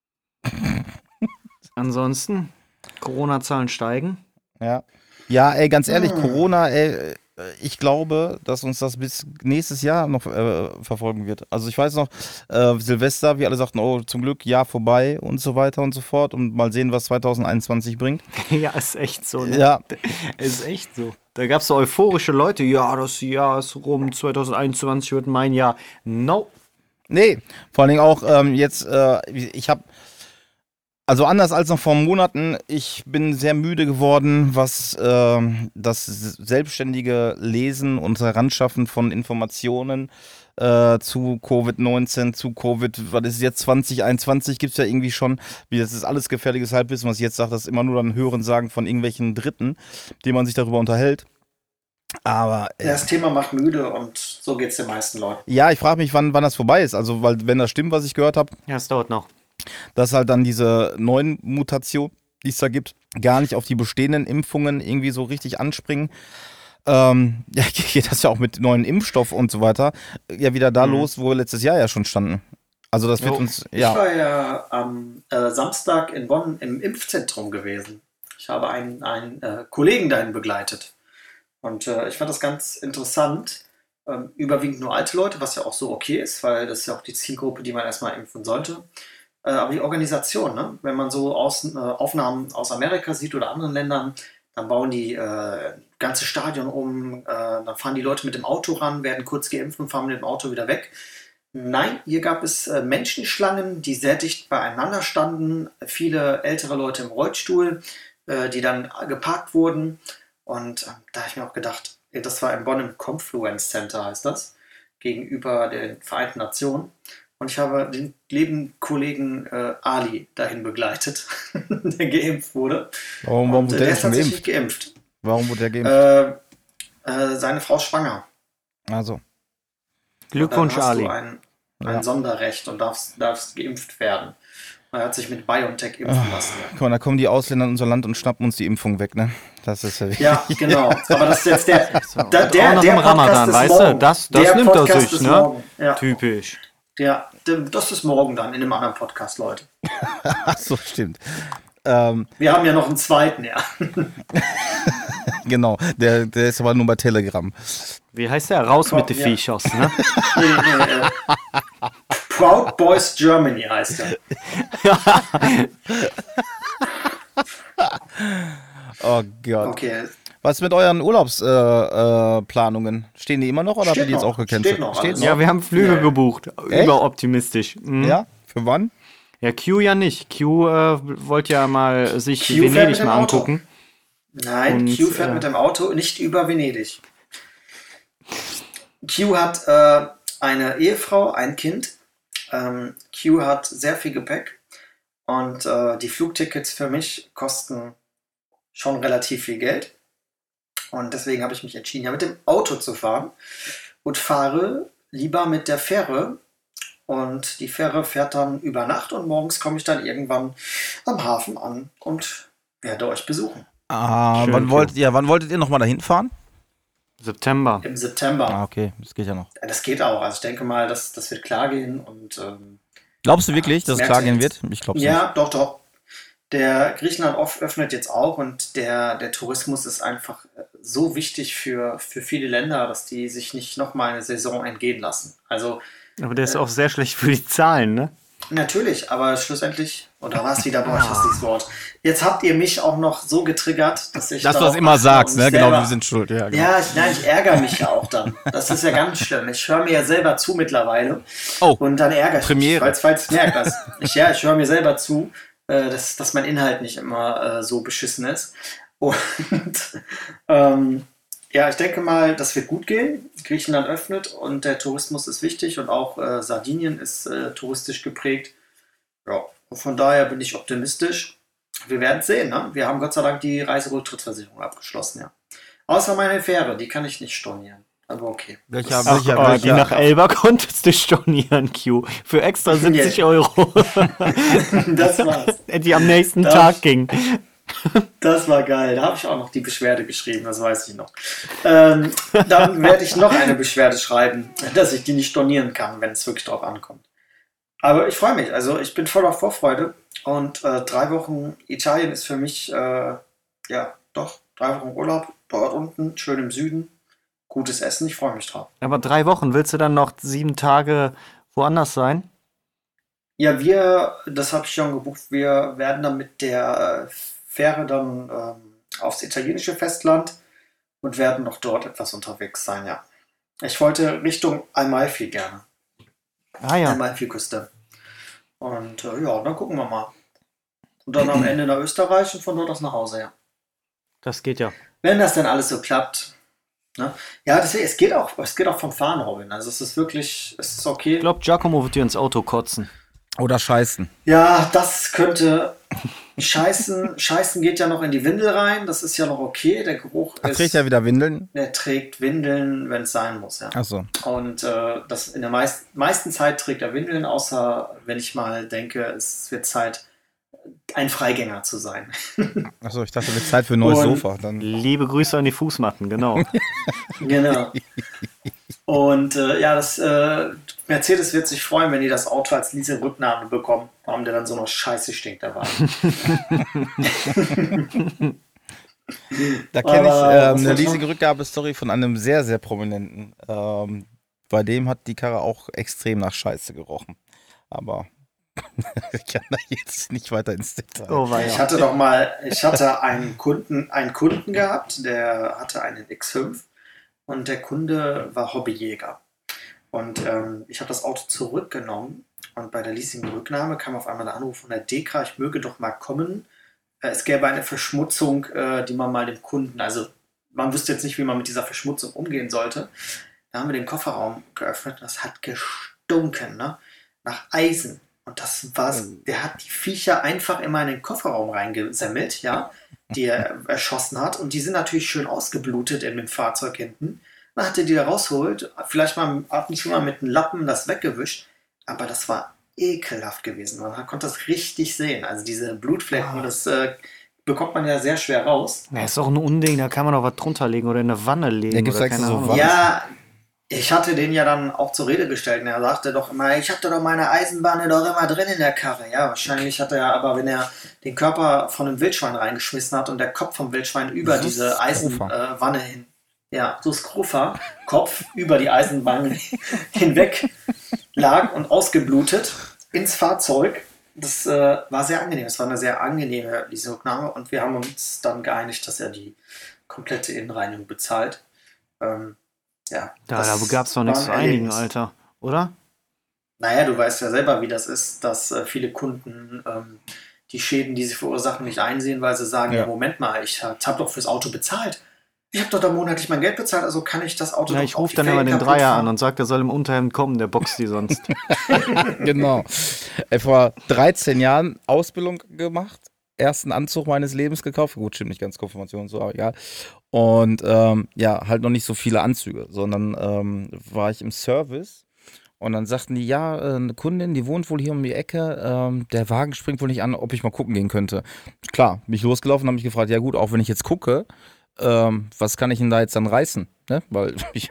Ansonsten, Corona-Zahlen steigen. Ja. Ja, ey, ganz ehrlich, Hm. Corona, ey, ich glaube, dass uns das bis nächstes Jahr noch äh, verfolgen wird. Also ich weiß noch, äh, Silvester, wir alle sagten, oh, zum Glück, Jahr vorbei und so weiter und so fort, und mal sehen, was zwanzig einundzwanzig bringt. Ja, ist echt so, ne? Ja, Ist echt so. Da gab es so euphorische Leute, ja, das Jahr ist rum, zwanzig einundzwanzig wird mein Jahr. No. nee, vor allen Dingen auch ähm, jetzt, äh, ich habe, also anders als noch vor Monaten, ich bin sehr müde geworden, was ähm, das selbstständige Lesen und Heranschaffen von Informationen äh, zu Covid neunzehn, zu Covid, was ist jetzt zwanzig einundzwanzig, gibt es ja irgendwie schon, wie das ist alles gefährliches Halbwissen, was ich jetzt sage, das ist immer nur dann Hören sagen von irgendwelchen Dritten, die man sich darüber unterhält. Aber äh, Ja, das Thema macht müde und so geht es den meisten Leuten. ja, ich frage mich, wann, wann das vorbei ist. Also, weil wenn das stimmt, was ich gehört habe, Ja, es dauert noch. dass halt dann diese neuen Mutationen, die es da gibt, gar nicht auf die bestehenden Impfungen irgendwie so richtig anspringen. Ähm, ja, geht das ja auch mit neuen Impfstoff und so weiter ja wieder da Mhm. los, wo wir letztes Jahr ja schon standen. Also das wird Jo. uns, Ich ja. war ja am äh, Samstag in Bonn im Impfzentrum gewesen. Ich habe einen, einen äh, Kollegen dahin begleitet. Und äh, ich fand das ganz interessant. Ähm, überwiegend nur alte Leute, was ja auch so okay ist, weil das ist ja auch die Zielgruppe, die man erstmal impfen sollte. Äh, aber die Organisation, ne? Wenn man so Außen, äh, Aufnahmen aus Amerika sieht oder anderen Ländern, dann bauen die äh, ganze Stadion um, äh, dann fahren die Leute mit dem Auto ran, werden kurz geimpft und fahren mit dem Auto wieder weg. Nein, hier gab es äh, Menschenschlangen, die sehr dicht beieinander standen, viele ältere Leute im Rollstuhl, äh, die dann geparkt wurden. Und äh, da habe ich mir auch gedacht, das war in Bonn im Confluence Center, heißt das, gegenüber den Vereinten Nationen. Und ich habe den lieben Kollegen äh, Ali dahin begleitet, der geimpft wurde. Warum, warum Und, wurde äh, der der ist schon tatsächlich geimpft? geimpft. Warum wurde der geimpft? Äh, äh, seine Frau ist schwanger. Also, Glückwunsch, Dann hast Ali. du ein, ein Ja. Sonderrecht und darfst, darfst geimpft werden. Er hat sich mit BioNTech impfen lassen. guck mal, da kommen die Ausländer in unser Land und schnappen uns die Impfung weg, ne? Das ist ja wichtig. Ja, genau. Aber das ist jetzt der, So, da, und der, auch noch der im Podcast Ramadan, ist weißt morgen. du? Das, das Der nimmt er Podcast sich, ist ne? morgen. Ja, Typisch. ja, das ist morgen dann in einem anderen Podcast, Leute. Ach so, stimmt. Ähm, Wir haben ja noch einen zweiten, ja. genau, der, der ist aber nur bei Telegram. Wie heißt der? Raus mit den Ja. Viechers, ne? Nee, nee, äh, Proud Boys Germany heißt er. Oh Gott. Okay. Was ist mit euren Urlaubsplanungen? Äh, Planungen? Stehen die immer noch oder Steht habt ihr die jetzt noch, auch gecancelt? steht noch alles. Ja, wir haben Flüge Ja. gebucht. Echt? Überoptimistisch. Mhm. Ja? Für wann? Ja, Q ja nicht. Q äh, wollte ja mal sich Q fährt Venedig mit dem mal Auto. angucken. Nein, Und, Q fährt äh, mit dem Auto nicht über Venedig. Q hat äh, eine Ehefrau, ein Kind. Ähm, Q hat sehr viel Gepäck. Und äh, die Flugtickets für mich kosten schon relativ viel Geld. Und deswegen habe ich mich entschieden, ja mit dem Auto zu fahren. Und fahre lieber mit der Fähre. Und die Fähre fährt dann über Nacht und morgens komme ich dann irgendwann am Hafen an und werde euch besuchen. Ah, Schön, wann Q. wolltet ihr, wann wolltet ihr nochmal dahin fahren? September. Im September. Ah, okay, das geht ja noch. Ja, das geht auch. Also ich denke mal, das, das wird klar gehen. Und ähm, Glaubst du wirklich, dass es merkt klar ihr gehen jetzt. wird? Ich glaube ja, doch, doch. Der Griechenland off- öffnet jetzt auch und der, der Tourismus ist einfach äh, so wichtig für, für viele Länder, dass die sich nicht nochmal eine Saison entgehen lassen. Also Aber der ist auch sehr schlecht für die Zahlen, ne? natürlich, aber schlussendlich, und da war es wieder bei euch, das dieses Wort. Jetzt habt ihr mich auch noch so getriggert, dass ich Dass du darauf das immer achte sagst, und ne? Genau, selber- wir sind schuld. Ja, genau. Ja, ich, nein, ich ärgere mich ja auch dann. Das ist ja ganz schlimm. Ich höre mir ja selber zu mittlerweile. Oh, Und dann ärgere ich Premiere. mich, falls es merkt. Dass ich, ja, ich höre mir selber zu, äh, dass, dass mein Inhalt nicht immer äh, so beschissen ist. Und ähm, ja, ich denke mal, das wird gut gehen. Griechenland öffnet und der Tourismus ist wichtig und auch äh, Sardinien ist äh, touristisch geprägt. Ja, und von daher bin ich optimistisch. Wir werden es sehen. Ne? Wir haben Gott sei Dank die Reiserücktrittsversicherung abgeschlossen. Ja. Außer meine Fähre, die kann ich nicht stornieren. Aber okay. Welcher, Ach, welcher, oh, die welcher, nach Elba konntest du stornieren, Q. Für extra siebzig Euro. Das war's. Die am nächsten Das- Tag ging. Das war geil. Da habe ich auch noch die Beschwerde geschrieben, das weiß ich noch. Ähm, dann werde ich noch eine Beschwerde schreiben, dass ich die nicht stornieren kann, wenn es wirklich drauf ankommt. Aber ich freue mich. Also ich bin voller Vorfreude. Und äh, drei Wochen Italien ist für mich, äh, ja, doch, drei Wochen Urlaub dort unten, schön im Süden. Gutes Essen, ich freue mich drauf. Aber drei Wochen, willst du dann noch sieben Tage woanders sein? Ja, wir, das habe ich schon gebucht, wir werden dann mit der Fähre dann ähm, aufs italienische Festland und werden noch dort etwas unterwegs sein, ja. Ich wollte Richtung Amalfi gerne. Ah ja. Amalfi-Küste. Und äh, ja, dann gucken wir mal. Und dann am Ende nach Österreich und von dort aus nach Hause, ja. Das geht ja. Wenn das dann alles so klappt. Ne? Ja, deswegen, es geht auch, es geht auch vom Fahren, Robin. Also es ist wirklich, es ist okay. Ich glaube, Giacomo wird dir ins Auto kotzen. oder scheißen. Ja, das könnte. Scheißen, Scheißen geht ja noch in die Windel rein, das ist ja noch okay. Der Geruch Ach, ist. trägt ja wieder Windeln. Der trägt Windeln, wenn es sein muss, ja. Achso. Und äh, das in der meist, meisten Zeit trägt er Windeln, außer wenn ich mal denke, es wird Zeit, ein Freigänger zu sein. Achso, ich dachte, es wird Zeit für ein neues Und- Sofa. Dann. Liebe Grüße an die Fußmatten, genau. Genau. Und äh, ja, das äh, Mercedes wird sich freuen, wenn die das Auto als Leasing-Rücknahme bekommen, warum der dann so noch scheiße stinkt dabei. Da kenne ich ähm, eine Leasing-Rückgabe-Story von einem sehr, sehr prominenten. Ähm, bei dem hat die Karre auch extrem nach Scheiße gerochen. Aber ich kann da jetzt nicht weiter ins Detail. Oh, ich hatte doch mal, ich hatte einen Kunden, einen Kunden gehabt, der hatte einen X fünf und der Kunde war Hobbyjäger. Und ähm, ich habe das Auto zurückgenommen und bei der Leasing-Rücknahme kam auf einmal der Anruf von der Dekra, ich möge doch mal kommen. Es gäbe eine Verschmutzung, äh, die man mal dem Kunden, also man wüsste jetzt nicht, wie man mit dieser Verschmutzung umgehen sollte. Da haben wir den Kofferraum geöffnet und das hat gestunken, ne? Nach Eisen. Und das war's. Der hat die Viecher einfach immer in den Kofferraum reingesemmelt, ja, die er erschossen hat. Und die sind natürlich schön ausgeblutet in dem Fahrzeug hinten. Dann hat er die da rausgeholt, vielleicht mal ab und zu mal mit einem Lappen das weggewischt. Aber das war ekelhaft gewesen. Man konnte das richtig sehen. Also diese Blutflecken, oh. das äh, bekommt man ja sehr schwer raus. Ja, ist doch ein Unding, da kann man doch was drunter legen oder in eine Wanne legen. Ja, gibt's oder keine so Ahnung. Ja, ich hatte den ja dann auch zur Rede gestellt und er sagte doch immer, ich hatte doch meine Eisenbahn doch immer drin in der Karre. Ja, wahrscheinlich hat er aber, wenn er den Körper von einem Wildschwein reingeschmissen hat und der Kopf vom Wildschwein über diese Eisenwanne hin, ja, so Skrufa, Kopf über die Eisenbahn hinweg lag und ausgeblutet ins Fahrzeug. Das äh, war sehr angenehm. Es war eine sehr angenehme Leasingrücknahme und wir haben uns dann geeinigt, dass er die komplette Innenreinigung bezahlt. Ähm, ja, da da gab es doch nichts zu einigen, Alter, oder? Naja, du weißt ja selber, wie das ist, dass äh, viele Kunden ähm, die Schäden, die sie verursachen, nicht einsehen, weil sie sagen, ja. Ja, Moment mal, ich habe doch fürs Auto bezahlt. Ich habe doch da monatlich mein Geld bezahlt, also kann ich das Auto ja, doch ich rufe dann immer den Dreier an und sage, der soll im Unterhemd kommen, der boxt die sonst. Genau. Vor dreizehn Jahren Ausbildung gemacht, ersten Anzug meines Lebens gekauft. Gut, stimmt nicht ganz, Konfirmation, so, aber egal. Und ähm, ja, halt noch nicht so viele Anzüge, sondern ähm, war ich im Service und dann sagten die, ja, äh, eine Kundin, die wohnt wohl hier um die Ecke, ähm, der Wagen springt wohl nicht an, ob ich mal gucken gehen könnte. Klar, bin ich losgelaufen und habe mich gefragt, ja gut, auch wenn ich jetzt gucke, ähm, was kann ich denn da jetzt dann reißen? Ne? Weil ich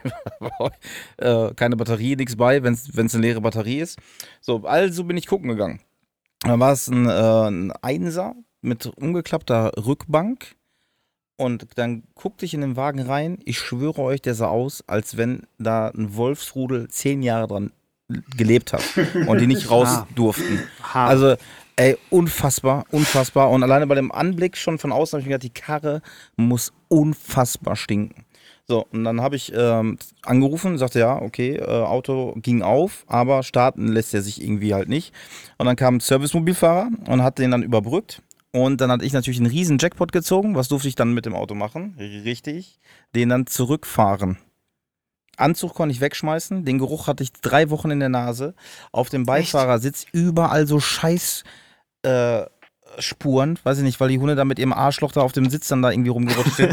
äh, keine Batterie, nichts bei, wenn es eine leere Batterie ist. So, also bin ich gucken gegangen. Da war es ein, äh, ein Einser mit umgeklappter Rückbank. Und dann guckte ich in den Wagen rein. Ich schwöre euch, der sah aus, als wenn da ein Wolfsrudel zehn Jahre dran gelebt hat und die nicht raus durften. Also, ey, unfassbar, unfassbar. Und alleine bei dem Anblick schon von außen habe ich mir gedacht, die Karre muss unfassbar stinken. So, und dann habe ich ähm, angerufen, sagte, ja, okay, äh, Auto ging auf, aber starten lässt er sich irgendwie halt nicht. Und dann kam ein Servicemobilfahrer und hat den dann überbrückt. Und dann hatte ich natürlich einen riesen Jackpot gezogen. Was durfte ich dann mit dem Auto machen? Richtig. Den dann zurückfahren. Anzug konnte ich wegschmeißen. Den Geruch hatte ich drei Wochen in der Nase. Auf dem Beifahrersitz überall so Scheiß äh, Spuren. Weiß ich nicht, weil die Hunde da mit ihrem Arschloch da auf dem Sitz dann da irgendwie rumgerutscht sind.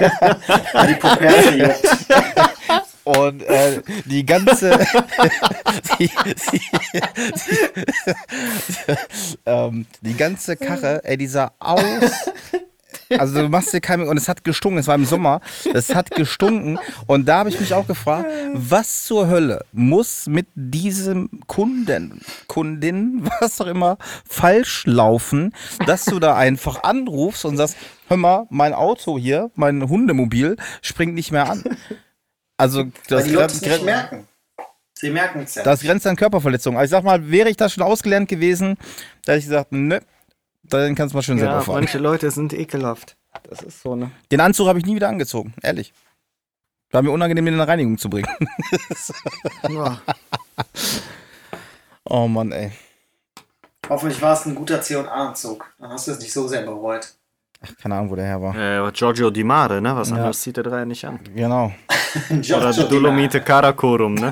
Die Puperze juckt. Und äh, die ganze die, die, die, ähm, die ganze Karre, ey, die sah aus. Also du machst dir keine, und es hat gestunken, es war im Sommer, es hat gestunken und da habe ich mich auch gefragt, was zur Hölle muss mit diesem Kunden, Kundin, was auch immer, falsch laufen, dass du da einfach anrufst und sagst, hör mal, mein Auto hier, mein Hundemobil springt nicht mehr an. Also das Weil die Leute es nicht merken. Sie merken es ja. Das grenzt an Körperverletzung. Also ich sag mal, wäre ich da schon ausgelernt gewesen, da hätte ich gesagt, nö, dann kannst du mal schön ja, selber fahren. Manche Leute sind ekelhaft. Das ist so, ne? Den Anzug habe ich nie wieder angezogen, ehrlich. War mir unangenehm, den in eine Reinigung zu bringen. Ja. Oh Mann, ey. Hoffentlich war es ein guter C und A-Anzug. Dann hast du es nicht so sehr bereut. Ach, keine Ahnung, wo der her war. Äh, Giorgio Di Mare, ne? Was ja. anderes zieht der Dreier nicht an. Genau. Oder Dolomite Karakorum, ne?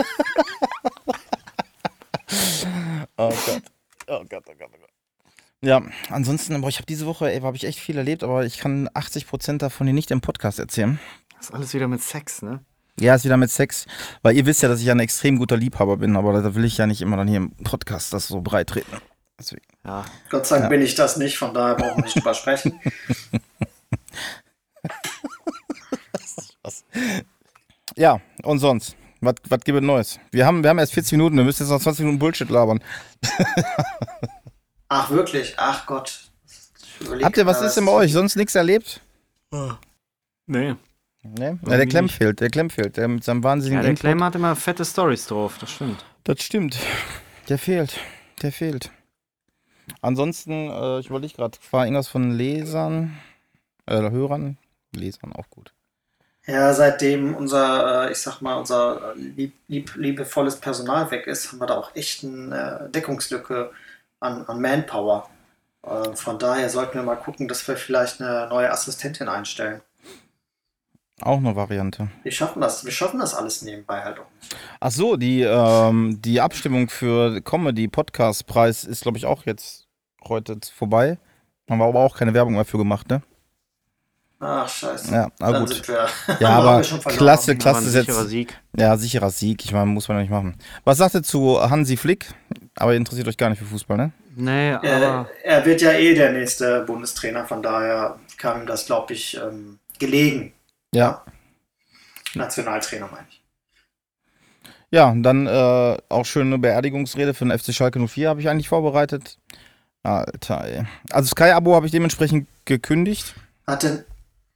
Oh Gott. Oh Gott, oh Gott, oh Gott. Ja, ansonsten, boah, ich habe diese Woche, ey, habe ich echt viel erlebt, aber ich kann achtzig Prozent davon hier nicht im Podcast erzählen. Das ist alles wieder mit Sex, ne? Ja, ist wieder mit Sex, weil ihr wisst ja, dass ich ein extrem guter Liebhaber bin, aber da will ich ja nicht immer dann hier im Podcast das so breit treten. Deswegen. Ja. Gott sei Dank ja. bin ich das nicht, von daher brauchen wir nicht drüber sprechen. Ja, Ja, und sonst? Was, was gibt es Neues? Wir haben, wir haben erst vierzig Minuten, wir müssen jetzt noch zwanzig Minuten Bullshit labern. Ach, wirklich? Ach Gott. Habt ihr, was ist denn bei euch? Sonst nichts erlebt? Nee. Nee? Ja, der Clem fehlt, der Clem fehlt. Der mit seinem wahnsinnigen Ja, der Input. Clem hat immer fette Stories drauf, das stimmt. Das stimmt. Der fehlt. Der fehlt. Ansonsten, äh, ich überlege gerade, war irgendwas von Lesern, äh, Hörern? Lesern auch gut. Ja, seitdem unser, äh, ich sag mal, unser lieb, lieb, liebevolles Personal weg ist, haben wir da auch echt eine Deckungslücke an, an Manpower. Äh, von daher sollten wir mal gucken, dass wir vielleicht eine neue Assistentin einstellen. Auch eine Variante. Wir schaffen das, wir schaffen das alles nebenbei halt auch nicht. Ach so, die, ähm, die Abstimmung für Comedy-Podcast-Preis ist, glaube ich, auch jetzt heute vorbei. Haben wir aber auch keine Werbung mehr für gemacht, ne? Ach, scheiße. Ja, aber Dann gut. sind wir, Ja, haben aber wir schon verloren. klasse, Aber klasse ein Sätze. sicherer Sieg. Ja, sicherer Sieg. Ich meine, muss man ja nicht machen. Was sagt ihr zu Hansi Flick? Aber ihr interessiert euch gar nicht für Fußball, ne? Nee, aber... Er, er wird ja eh der nächste Bundestrainer, von daher kam ihm das, glaube ich, ähm, gelegen. Ja. Nationaltrainer meine ich. Ja, und dann äh, auch schöne Beerdigungsrede für den F C Schalke null vier habe ich eigentlich vorbereitet. Alter, ey. Also Sky-Abo habe ich dementsprechend gekündigt. Hat denn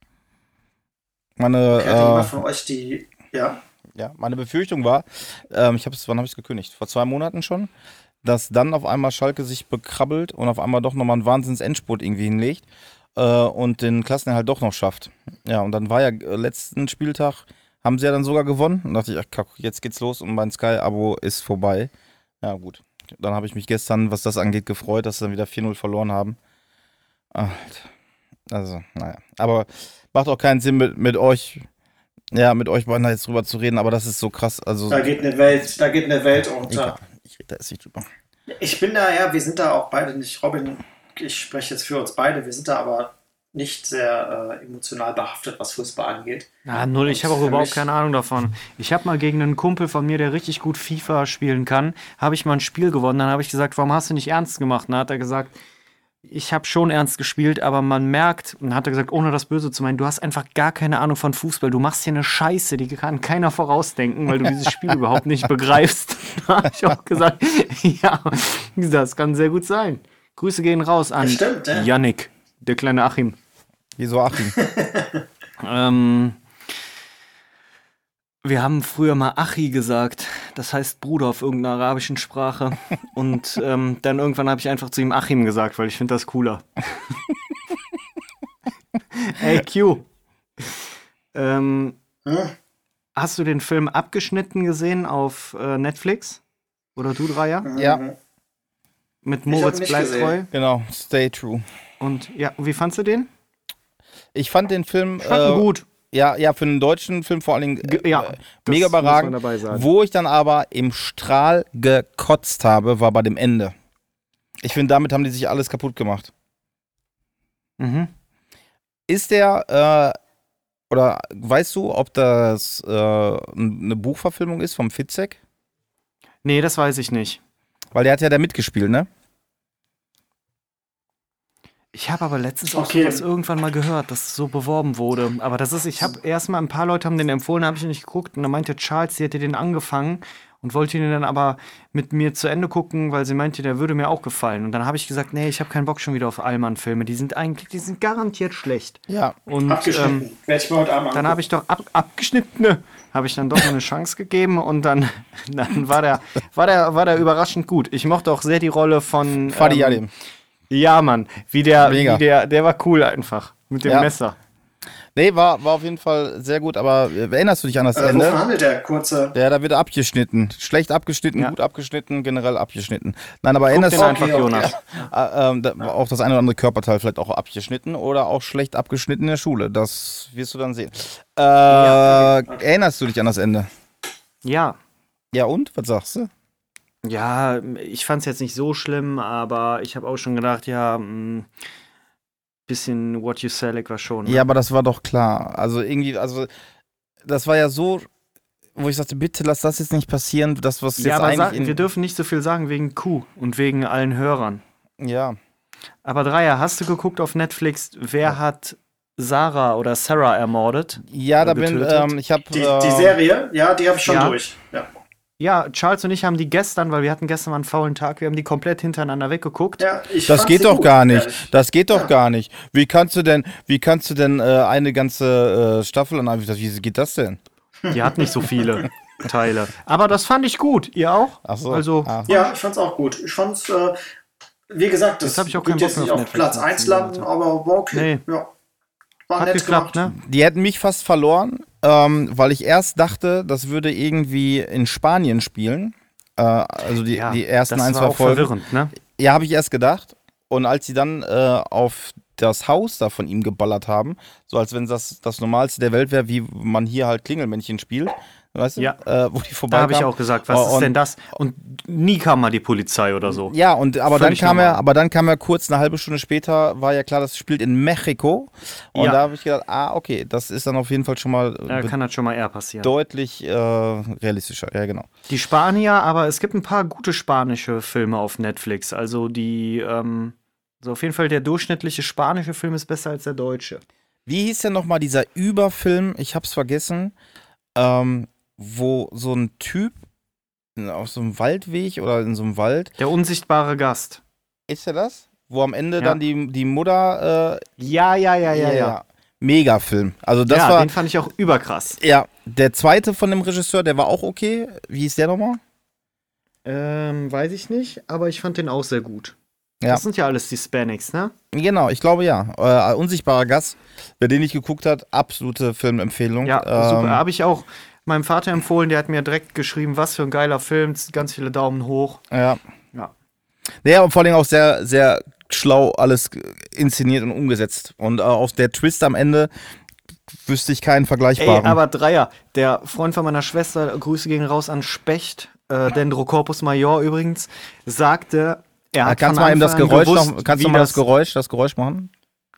Meine, hat jemand äh, von euch die, ja, ja, meine Befürchtung war, ähm, ich habe es, wann habe ich es gekündigt? Vor zwei Monaten schon, dass dann auf einmal Schalke sich bekrabbelt und auf einmal doch nochmal einen Wahnsinns-Endspurt irgendwie hinlegt äh, und den Klassenerhalt doch noch schafft. Ja, und dann war ja äh, letzten Spieltag, haben sie ja dann sogar gewonnen. Und dachte ich, ach, kack, jetzt geht's los und mein Sky-Abo ist vorbei. Ja, gut. Dann habe ich mich gestern, was das angeht, gefreut, dass sie dann wieder vier null verloren haben. Alter. Also, naja. Aber macht auch keinen Sinn mit, mit euch, ja, mit euch beiden da jetzt drüber zu reden, aber das ist so krass. Also, da geht eine Welt, da geht eine Welt unter. egal. Ich rede da jetzt nicht drüber. Ich bin da, ja, wir sind da auch beide nicht, Robin, ich spreche jetzt für uns beide, wir sind da aber nicht sehr äh, emotional behaftet, was Fußball angeht. Ja, null, ich habe auch Für überhaupt mich- keine Ahnung davon. Ich habe mal gegen einen Kumpel von mir, der richtig gut FIFA spielen kann, habe ich mal ein Spiel gewonnen. Dann habe ich gesagt, warum hast du nicht ernst gemacht? Und dann hat er gesagt, ich habe schon ernst gespielt, aber man merkt, und dann hat er gesagt, ohne das Böse zu meinen, du hast einfach gar keine Ahnung von Fußball. Du machst hier eine Scheiße, die kann keiner vorausdenken, weil du dieses Spiel überhaupt nicht begreifst. Da habe ich auch gesagt, ja, das kann sehr gut sein. Grüße gehen raus an Das stimmt, ja. Yannick, der kleine Achim. Wieso Achim? Ähm, wir haben früher mal Achi gesagt. Das heißt Bruder auf irgendeiner arabischen Sprache. Und ähm, dann irgendwann habe ich einfach zu ihm Achim gesagt, weil ich finde das cooler. Ey, Q. Ähm, Hm? hast du den Film Abgeschnitten gesehen auf äh, Netflix? Oder du, Dreier? Ja. Mhm. Mit hab Moritz nicht bleibt gesehen. treu. Genau, stay true. Und ja, wie fandst du den? Ich fand den Film, Ich fand ihn äh, gut. ja, ja, für einen deutschen Film vor allen Dingen äh, Ge- ja, äh, das mega muss man überragend. dabei sagen. Wo ich dann aber im Strahl gekotzt habe, war bei dem Ende. Ich finde, damit haben die sich alles kaputt gemacht. Mhm. Ist der, äh, oder weißt du, ob das äh, eine Buchverfilmung ist vom Fitzek? Nee, das weiß ich nicht. Weil der hat ja da mitgespielt, ne? Ich habe aber letztens auch Okay. sowas irgendwann mal gehört, dass es so beworben wurde. Aber das ist, ich habe erstmal, ein paar Leute haben den empfohlen, habe ich nicht geguckt. Und dann meinte Charles, sie hätte den angefangen und wollte ihn dann aber mit mir zu Ende gucken, weil sie meinte, der würde mir auch gefallen. Und dann habe ich gesagt, nee, ich habe keinen Bock schon wieder auf Allmann-Filme. Die sind eigentlich, die sind garantiert schlecht. Ja. Und Abgeschnitten. ähm, Werde ich mir heute Abend dann habe ich doch ab, abgeschnittene, habe ich dann doch eine Chance gegeben und dann, dann war der, war der, war der überraschend gut. Ich mochte auch sehr die Rolle von Fadi ähm, Yadim. Ja, Mann, wie der, Mega. wie der, der war cool einfach mit dem Ja. Messer. Nee, war, war auf jeden Fall sehr gut, aber äh, erinnerst du dich an das Äh, wovon Ende? handelt der kurze? Ja, da wird abgeschnitten. Schlecht abgeschnitten, Ja. gut abgeschnitten, generell abgeschnitten. Nein, aber Guck erinnerst den du einfach, okay, okay. Jonas. Äh, ähm, da war auch das eine oder andere Körperteil vielleicht auch abgeschnitten oder auch schlecht abgeschnitten in der Schule. Das wirst du dann sehen. Äh, Ja, Erinnerst du dich an das Ende? Ja. Ja und? Was sagst du? Ja, ich fand's jetzt nicht so schlimm, aber ich habe auch schon gedacht, ja, mh, bisschen what you sell war schon. Ne? Ja, aber das war doch klar. Also irgendwie, also das war ja so, wo ich sagte, bitte lass das jetzt nicht passieren. Das, was ja jetzt aber sag, eigentlich wir dürfen nicht so viel sagen wegen Q und wegen allen Hörern. in, ja. Aber Dreier, hast du geguckt auf Netflix, wer hat Sarah oder Sarah ermordet. Ja, da bin ähm, ich habe die, äh, die Serie, ja, die habe ich schon ja. durch. Ja. Ja, Charles und ich haben die gestern, weil wir hatten gestern mal einen faulen Tag, wir haben die komplett hintereinander weggeguckt. Ja, ich das geht doch gut, gar nicht. ehrlich. Das geht doch ja. gar nicht. Wie kannst du denn, wie kannst du denn äh, eine ganze äh, Staffel an wie geht das denn? Die hat nicht so viele Teile. Aber das fand ich gut. Ihr auch? Ach so. Also, ah. Ja, ich fand's auch gut. Ich fand's, äh, wie gesagt, das, das ich auch wird jetzt nicht auf, auf Platz eins landen, aber war okay. Nee. Ja. War hat nett geklappt, gemacht. ne? Die hätten mich fast verloren, ähm, weil ich erst dachte, das würde irgendwie in Spanien spielen. Äh, also die, ja, die ersten das ein, war zwei auch Folgen. Verwirrend, ne? Ja, habe ich erst gedacht. Und als sie dann äh, auf das Haus da von ihm geballert haben, so als wenn das das Normalste der Welt wäre, wie man hier halt Klingelmännchen spielt, weißt du, ja. äh, wo die vorbei Da habe ich auch gesagt, was oh, ist denn das? Und nie kam mal die Polizei oder so. Ja, und aber Völlig dann kam normal. er, aber dann kam er kurz eine halbe Stunde später, war ja klar, das spielt in Mexiko. Und ja. da habe ich gedacht, ah, okay, das ist dann auf jeden Fall schon mal Da kann das schon mal eher passieren. Deutlich äh, realistischer, ja genau. Die Spanier, aber es gibt ein paar gute spanische Filme auf Netflix. Also die, ähm, so auf jeden Fall der durchschnittliche spanische Film ist besser als der deutsche. Wie hieß denn nochmal dieser Überfilm, ich hab's vergessen, ähm, wo so ein Typ auf so einem Waldweg oder in so einem Wald. Der unsichtbare Gast. Ist er das? Wo am Ende ja. dann die, die Mutter. Äh, ja, ja, ja, ja, ja. ja. Megafilm. Also das ja, war, den fand ich auch überkrass. Ja, der zweite von dem Regisseur, der war auch okay. Wie hieß der nochmal? Ähm, weiß ich nicht, aber ich fand den auch sehr gut. Ja. Das sind ja alles die Hispanics, ne? Genau, ich glaube ja. Äh, Unsichtbarer Gast, wer den nicht geguckt hat, absolute Filmempfehlung. Ja, ähm, super. Habe ich auch meinem Vater empfohlen, der hat mir direkt geschrieben, was für ein geiler Film, ganz viele Daumen hoch. Ja. Ja. Naja, und vor allem auch sehr, sehr schlau alles inszeniert und umgesetzt. Und äh, auf der Twist am Ende wüsste ich keinen vergleichbaren. Ey, aber Dreier, der Freund von meiner Schwester, Grüße gehen raus an Specht, äh, Dendrocorpus major übrigens, sagte, er hat kannst von mal eben das Geräusch gewusst, noch, kannst du mal das, das Geräusch, das Geräusch machen?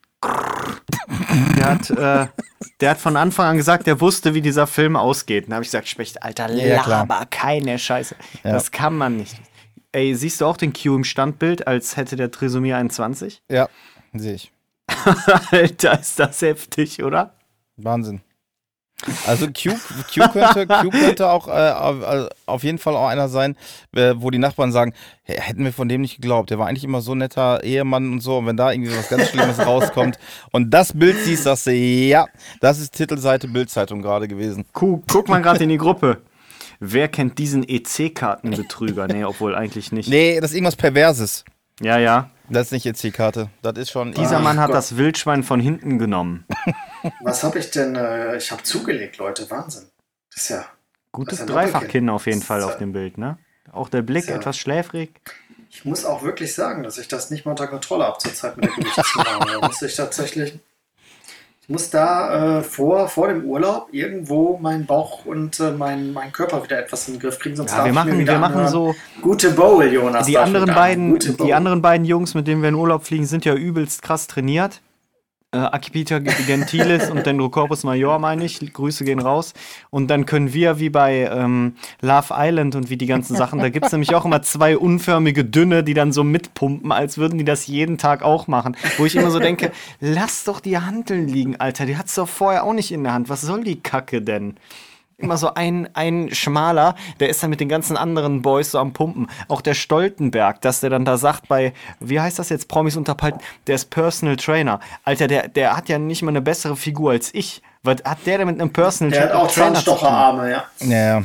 Der hat, äh, der hat von Anfang an gesagt, er wusste, wie dieser Film ausgeht. Dann habe ich gesagt, Specht, Alter, ja, laber keine Scheiße. Ja. Das kann man nicht. Ey, siehst du auch den Q im Standbild, als hätte der Trisomie einundzwanzig? Ja, sehe ich. Alter, ist das heftig, oder? Wahnsinn. Also Q, Q, könnte, Q könnte auch äh, auf jeden Fall auch einer sein, wo die Nachbarn sagen, hey, hätten wir von dem nicht geglaubt. Der war eigentlich immer so ein netter Ehemann und so. Und wenn da irgendwie was ganz Schlimmes rauskommt und das Bild siehst, sagst du, ja, das ist Titelseite Bildzeitung gerade gewesen. Guck, guck mal gerade in die Gruppe. Wer kennt diesen E C-Kartenbetrüger? Nee, obwohl eigentlich nicht. Nee, das ist irgendwas Perverses. Ja, ja. Das ist nicht E C-Karte. Das ist schon. Dieser Ach, Mann hat Gott. das Wildschwein von hinten genommen. Was habe ich denn? Äh, ich habe zugelegt, Leute. Wahnsinn. Das ist ja. Gutes das ist ja Dreifachkinn auf jeden Das Fall ist auf ja- dem Bild, ne? Auch der Blick Ja. etwas schläfrig. Ich muss auch wirklich sagen, dass ich das nicht mal unter Kontrolle habe zurzeit mit der Gewichtszunahme. Da muss ich tatsächlich. Ich muss da äh, vor, vor dem Urlaub irgendwo meinen Bauch und äh, meinen mein Körper wieder etwas in den Griff kriegen. Sonst Ja, darf wir ich mir machen, wieder wir machen eine so. Gute Bowl, Jonas. Die darf ich anderen, wieder eine beiden, gute Bowl. die anderen beiden Jungs, mit denen wir in Urlaub fliegen, sind ja übelst krass trainiert. Äh, Akipita Gentilis und Dendrocorpus major, meine ich. Grüße gehen raus. Und dann können wir, wie bei ähm, Love Island und wie die ganzen Sachen, da gibt es nämlich auch immer zwei unförmige Dünne, die dann so mitpumpen, als würden die das jeden Tag auch machen. Wo ich immer so denke, lass doch die Hanteln liegen, Alter. Die hat's doch vorher auch nicht in der Hand. Was soll die Kacke denn? Immer so ein, ein Schmaler, der ist dann mit den ganzen anderen Boys so am Pumpen. Auch der Stoltenberg, dass der dann da sagt bei, wie heißt das jetzt, Promis unter Palmen, der ist Personal Trainer. Alter, der, der hat ja nicht mal eine bessere Figur als ich. Was hat der denn mit einem Personal Der hat auch Trainer zu tun? Zahnstocherarme, ja. Ja.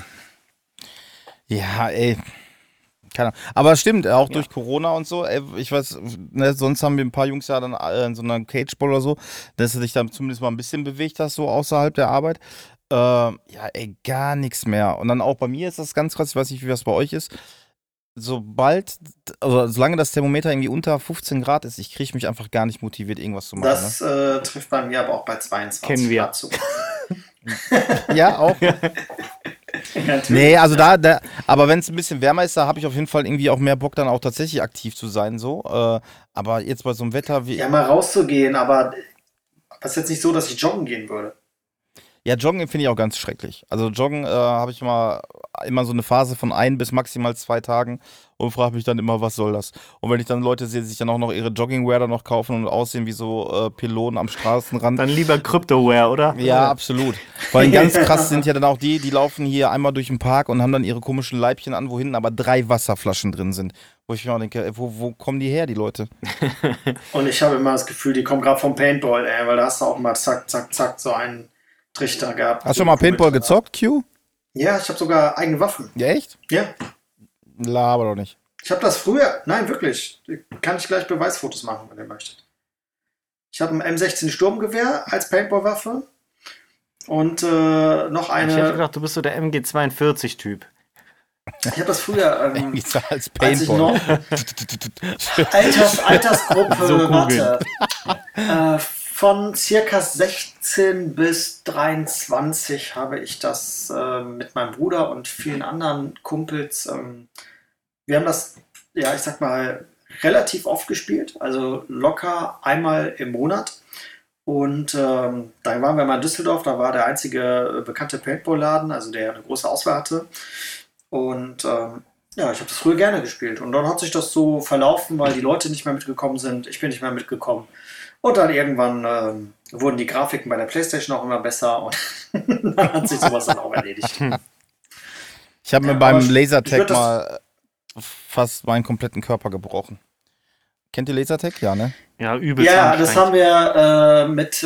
Ja, ey. Keine Ahnung. Aber es stimmt, auch durch Corona und so, ey, ich weiß, ne, sonst haben wir ein paar Jungs ja dann äh, in so einer Cageball oder so, dass du dich dann zumindest mal ein bisschen bewegt hast, so außerhalb der Arbeit. Äh, ja, ey, gar nichts mehr. Und dann auch bei mir ist das ganz krass, ich weiß nicht, wie das bei euch ist. Sobald, also solange das Thermometer irgendwie unter fünfzehn Grad ist, ich kriege mich einfach gar nicht motiviert, irgendwas zu machen. Das äh, trifft bei mir aber auch bei zweiundzwanzig Kennen wir. Grad zu. Ne? Ja, auch. Ja, Nee, also da, da aber wenn es ein bisschen wärmer ist, da habe ich auf jeden Fall irgendwie auch mehr Bock, dann auch tatsächlich aktiv zu sein, so. Äh, aber jetzt bei so einem Wetter wie. Ja, mal rauszugehen, aber es ist jetzt nicht so, dass ich joggen gehen würde. Ja, Joggen finde ich auch ganz schrecklich. Also Joggen äh, habe ich mal immer so eine Phase von ein bis maximal zwei Tagen und frage mich dann immer, was soll das? Und wenn ich dann Leute sehe, die sich dann auch noch ihre Joggingwear dann noch kaufen und aussehen wie so äh, Pylonen am Straßenrand. Dann lieber Kryptoware, oder? Ja, absolut. Vor allem ganz krass sind ja dann auch die, die laufen hier einmal durch den Park und haben dann ihre komischen Leibchen an, wo hinten aber drei Wasserflaschen drin sind. Wo ich mir auch denke, ey, wo, wo kommen die her, die Leute? Und ich habe immer das Gefühl, die kommen gerade vom Paintball, ey, weil da hast du auch mal zack, zack, zack, so einen Trichter gehabt. Hast du schon mal Paintball gezockt, Q? Ja, ich habe sogar eigene Waffen. Ja, echt? Ja. Laber doch nicht. Ich habe das früher, nein, wirklich, kann ich gleich Beweisfotos machen, wenn ihr möchtet. Ich habe ein M sechzehn Sturmgewehr als Paintball-Waffe und äh, noch eine... Ich hätte gedacht, du bist so der M G zweiundvierzig-Typ. Ich habe das früher... Ähm, als Paintball. Als noch, Alters, Altersgruppe, So warte, äh, von circa sechzehn bis dreiundzwanzig habe ich das äh, mit meinem Bruder und vielen anderen Kumpels, ähm, wir haben das, ja, ich sag mal, relativ oft gespielt, also locker einmal im Monat. Und ähm, da waren wir mal in Düsseldorf, da war der einzige bekannte Paintball-Laden, also der eine große Auswahl hatte. Und ähm, ja, ich habe das früher gerne gespielt. Und dann hat sich das so verlaufen, weil die Leute nicht mehr mitgekommen sind, ich bin nicht mehr mitgekommen. Und dann irgendwann ähm, wurden die Grafiken bei der PlayStation auch immer besser und dann hat sich sowas dann auch erledigt. Ich habe mir Ja, beim aber ich- Lasertag ich würd das- mal fast meinen kompletten Körper gebrochen. Kennt ihr Lasertag? Ja, ne? Ja, übelst Ja, das anstrengend. haben wir äh, mit,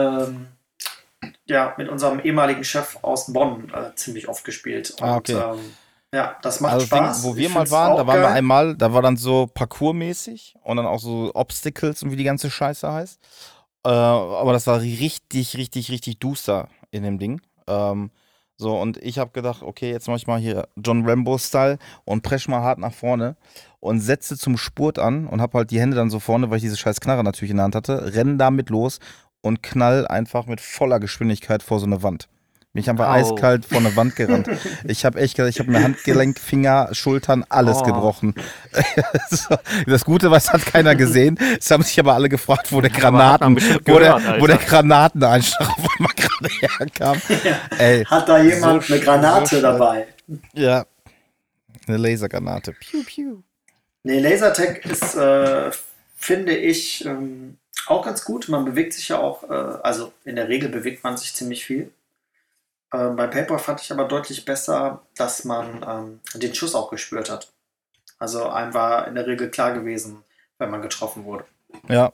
äh, ja, mit unserem ehemaligen Chef aus Bonn äh, ziemlich oft gespielt. Und, Ah, okay. ähm, ja, das macht Also das Ding, Spaß. wo Ich wir mal find's waren, auch da waren wir geil. einmal, da war dann so Parkour-mäßig und dann auch so Obstacles und wie die ganze Scheiße heißt. Äh, aber das war richtig, richtig, richtig duster in dem Ding. Ähm, so, und ich habe gedacht, okay, jetzt mach ich mal hier John Rambo-Style und presch mal hart nach vorne und setze zum Spurt an und habe halt die Hände dann so vorne, weil ich diese scheiß Knarre natürlich in der Hand hatte, renn damit los und knall einfach mit voller Geschwindigkeit vor so eine Wand. Bin ich einfach Au. eiskalt vor eine Wand gerannt. Ich habe echt gesagt, ich habe mir Handgelenk, Finger, Schultern, alles Oh. gebrochen. So, das Gute, was hat keiner gesehen. Es haben sich aber alle gefragt, wo der Aber hat Granaten, man bestimmt wo, der, gehört, wo der Alter. Granateneinschlag auf einmal gerade herkam. Ey, Hat da jemand so eine Granate so schnell. dabei? ja, eine Lasergranate. Piu, piu. Nee, Lasertag ist, äh, finde ich, ähm, auch ganz gut. Man bewegt sich ja auch, äh, also in der Regel bewegt man sich ziemlich viel. Ähm, beim Paintball fand ich aber deutlich besser, dass man ähm, den Schuss auch gespürt hat. Also einem war in der Regel klar gewesen, wenn man getroffen wurde. Ja,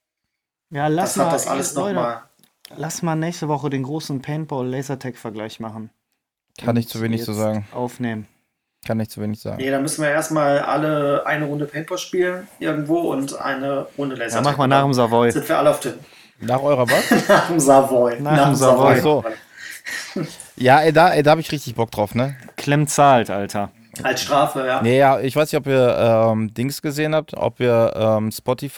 Ja, lass Das mal, hat das alles Leute, nochmal. lass mal nächste Woche den großen Paintball-Lasertag-Vergleich machen. kann ich Und zu wenig zu jetzt sagen. Aufnehmen. Kann ich zu wenig sagen. Nee, da müssen wir erstmal alle eine Runde Paintball spielen irgendwo und eine Runde Ja, Lasertag. mach mal nach dem Savoy. Sind wir alle auf dem Nach eurer was? nach dem Savoy. Nach dem Savoy. Ach so. Ja, ey, da, ey, da habe ich richtig Bock drauf, ne? Klemm zahlt, Alter. Als Strafe, ja. Nee, ja, ich weiß nicht, ob ihr ähm, Dings gesehen habt, ob ihr ähm,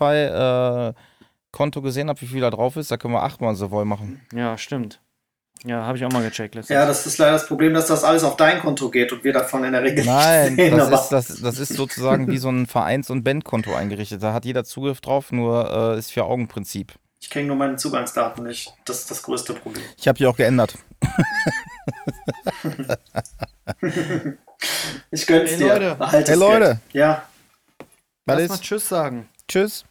Spotify-Konto gesehen habt, wie viel da drauf ist. Da können wir achtmal Savoy machen. Ja, stimmt. Ja, habe ich auch mal gecheckt letztens. Ja, das ist leider das Problem, dass das alles auf dein Konto geht und wir davon in der Regel Nein, nichts sehen. das aber ist, das, das ist sozusagen wie so ein Vereins- und Bandkonto eingerichtet. Da hat jeder Zugriff drauf, nur äh, ist Vier-Augen-Prinzip. ich kenne nur meine Zugangsdaten nicht. Das ist das größte Problem. Ich habe die auch geändert. Ich gönn's Hey, dir. Leute. Behalt Hey das Leute, Geld. Ja, was Lass mal ist? Tschüss sagen. Tschüss.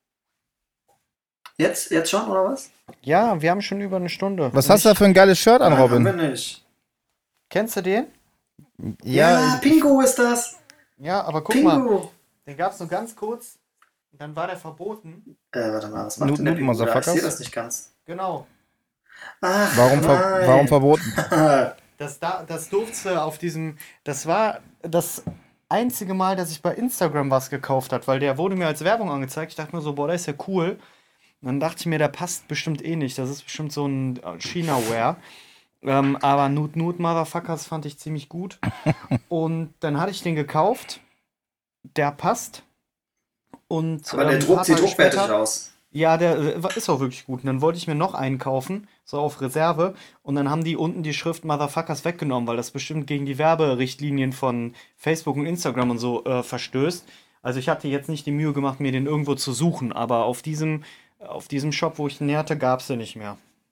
jetzt, jetzt schon, oder was? Ja, wir haben schon über eine Stunde. Was hast du da für ein geiles Shirt an, Nein, haben wir Robin? nicht. Kennst du den? Ja, Pingu ist das. Ja, aber guck mal, Pingu. den gab's nur ganz kurz. Und dann war der verboten. Äh, warte mal, was macht Nut- denn der Nut- Pingu da? Ich Motherfuckers? sehe das nicht ganz. Genau. Ach, Warum, ver nein. warum verboten? Das, da, das durfte auf diesem. Das war das einzige Mal, dass ich bei Instagram was gekauft habe, weil der wurde mir als Werbung angezeigt. Ich dachte mir so, boah, der ist ja cool. Und dann dachte ich mir, der passt bestimmt eh nicht. Das ist bestimmt so ein China-Wear. Ähm, aber Nut Nut Motherfuckers fand ich ziemlich gut. Und dann hatte ich den gekauft. Der passt. Und Aber der ähm, Druck paar sieht Tage hochwertig später- aus. Ja, der äh, ist auch wirklich gut. Und dann wollte ich mir noch einen kaufen, so auf Reserve. Und dann haben die unten die Schrift Motherfuckers weggenommen, weil das bestimmt gegen die Werberichtlinien von Facebook und Instagram und so äh, verstößt. Also ich hatte jetzt nicht die Mühe gemacht, mir den irgendwo zu suchen. Aber auf diesem, auf diesem Shop, wo ich den hatte, gab es den nicht mehr.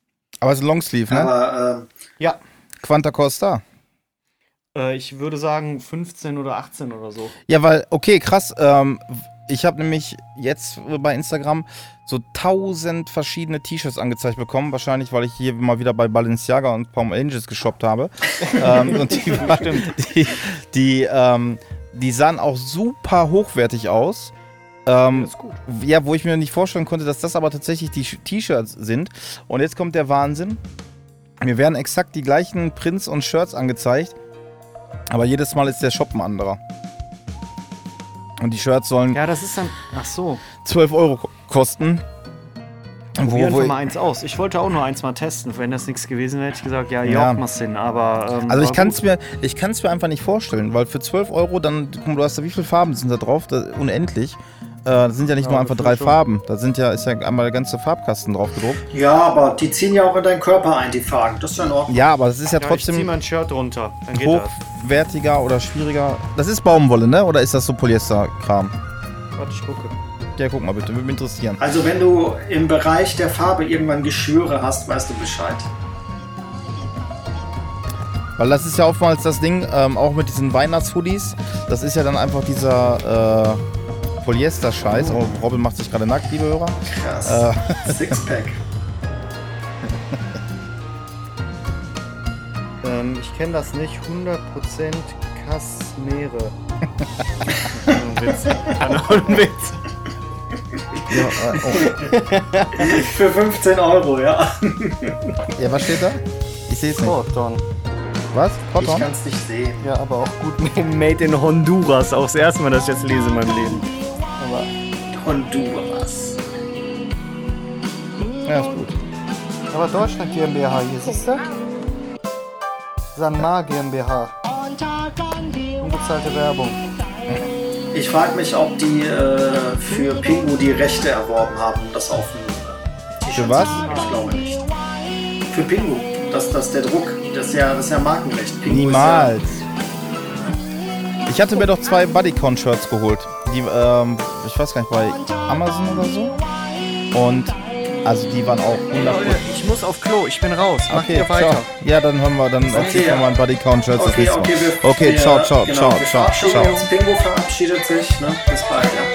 Aber es ist ein Longsleeve, ne? Aber, ähm, Ja. Quanta Costa? Äh, ich würde sagen fünfzehn oder achtzehn oder so. Ja, weil, okay, krass. Ähm, ich habe nämlich jetzt bei Instagram so tausend verschiedene T-Shirts angezeigt bekommen. Wahrscheinlich, weil ich hier mal wieder bei Balenciaga und Palm Angels geshoppt habe. ähm, und die, die, die, ähm, die sahen auch super hochwertig aus. Ähm, Das ist gut. ja, wo ich mir nicht vorstellen konnte, dass das aber tatsächlich die T-Shirts sind. Und jetzt kommt der Wahnsinn. Mir werden exakt die gleichen Prints und Shirts angezeigt. Aber jedes Mal ist der Shop ein anderer. Und die Shirts sollen Ja, das ist dann. Ach so. zwölf Euro ko- kosten. Wo, Probier wo einfach ich, mal eins aus. Ich wollte auch nur eins mal testen. Wenn das nichts gewesen wäre, hätte ich gesagt, ja, Ja. ja, mach's hin. Aber. Ähm, also ich aber kann gut. es mir, ich kann's mir einfach nicht vorstellen, weil für zwölf Euro dann, guck mal, du hast da, wie viele Farben sind da drauf? Da, unendlich. Äh, das sind ja nicht Ja, nur einfach gefühlt drei schon. Farben. Da sind ja, ist ja einmal der ganze Farbkasten drauf gedruckt. ja, aber die ziehen ja auch in deinen Körper ein, die Farben. Das ist ja in Ordnung. Ja, aber das ist ja Ja, ich zieh trotzdem mein Shirt runter. Dann geht das. hochwertiger oder schwieriger. Das ist Baumwolle, ne? Oder ist das so Polyester-Kram? Warte, ich gucke. Ja, guck mal bitte, würde mich interessieren. Also wenn du im Bereich der Farbe irgendwann Geschwüre hast, weißt du Bescheid. Weil das ist ja oftmals das Ding, ähm, auch mit diesen Weihnachtshoodies. Das ist ja dann einfach dieser äh, Polyester-Scheiß. Oh, Robin macht sich gerade nackt, liebe Hörer. Krass. Äh, Sixpack. Ähm, ich kenne das nicht. hundert Prozent Kasmere. Ein Witz. Ein Witz. ja, äh, oh. Für fünfzehn Euro, ja. ja, was steht da? Ich sehe es nicht. Cotton. Was? Ich Cotton? kann es nicht sehen. Ja, aber auch gut made in Honduras. Auch das erste Mal, dass ich jetzt lese in meinem Leben. Aber Honduras. Ja, ist gut. Aber Deutschland GmbH, hier siehst du? Sanmar GmbH. Unbezahlte Werbung. Ich frage mich, ob die äh, für Pingu die Rechte erworben haben, um das auf dem T-Shirt Für was? zu machen. Ich glaube nicht. Für Pingu. Das, das der Druck. Das ist ja, das ist ja Markenrecht. Pingu Niemals. Ich hatte mir doch zwei Bodycon-Shirts geholt. Die, ähm, ich weiß gar nicht, bei Amazon oder so. Und also die waren auch hundert Prozent. Ich muss auf Klo, ich bin raus. Mach Okay, hier weiter. ciao. Ja, dann hören wir, dann erzähl ich ja. nochmal ein Bodycount-Shirt. Okay, okay, wir, okay, wir, ciao, ciao, genau, ciao, wir ciao, verabschieden ciao. uns. Pingu verabschiedet sich. Ne? Bis bald, ja.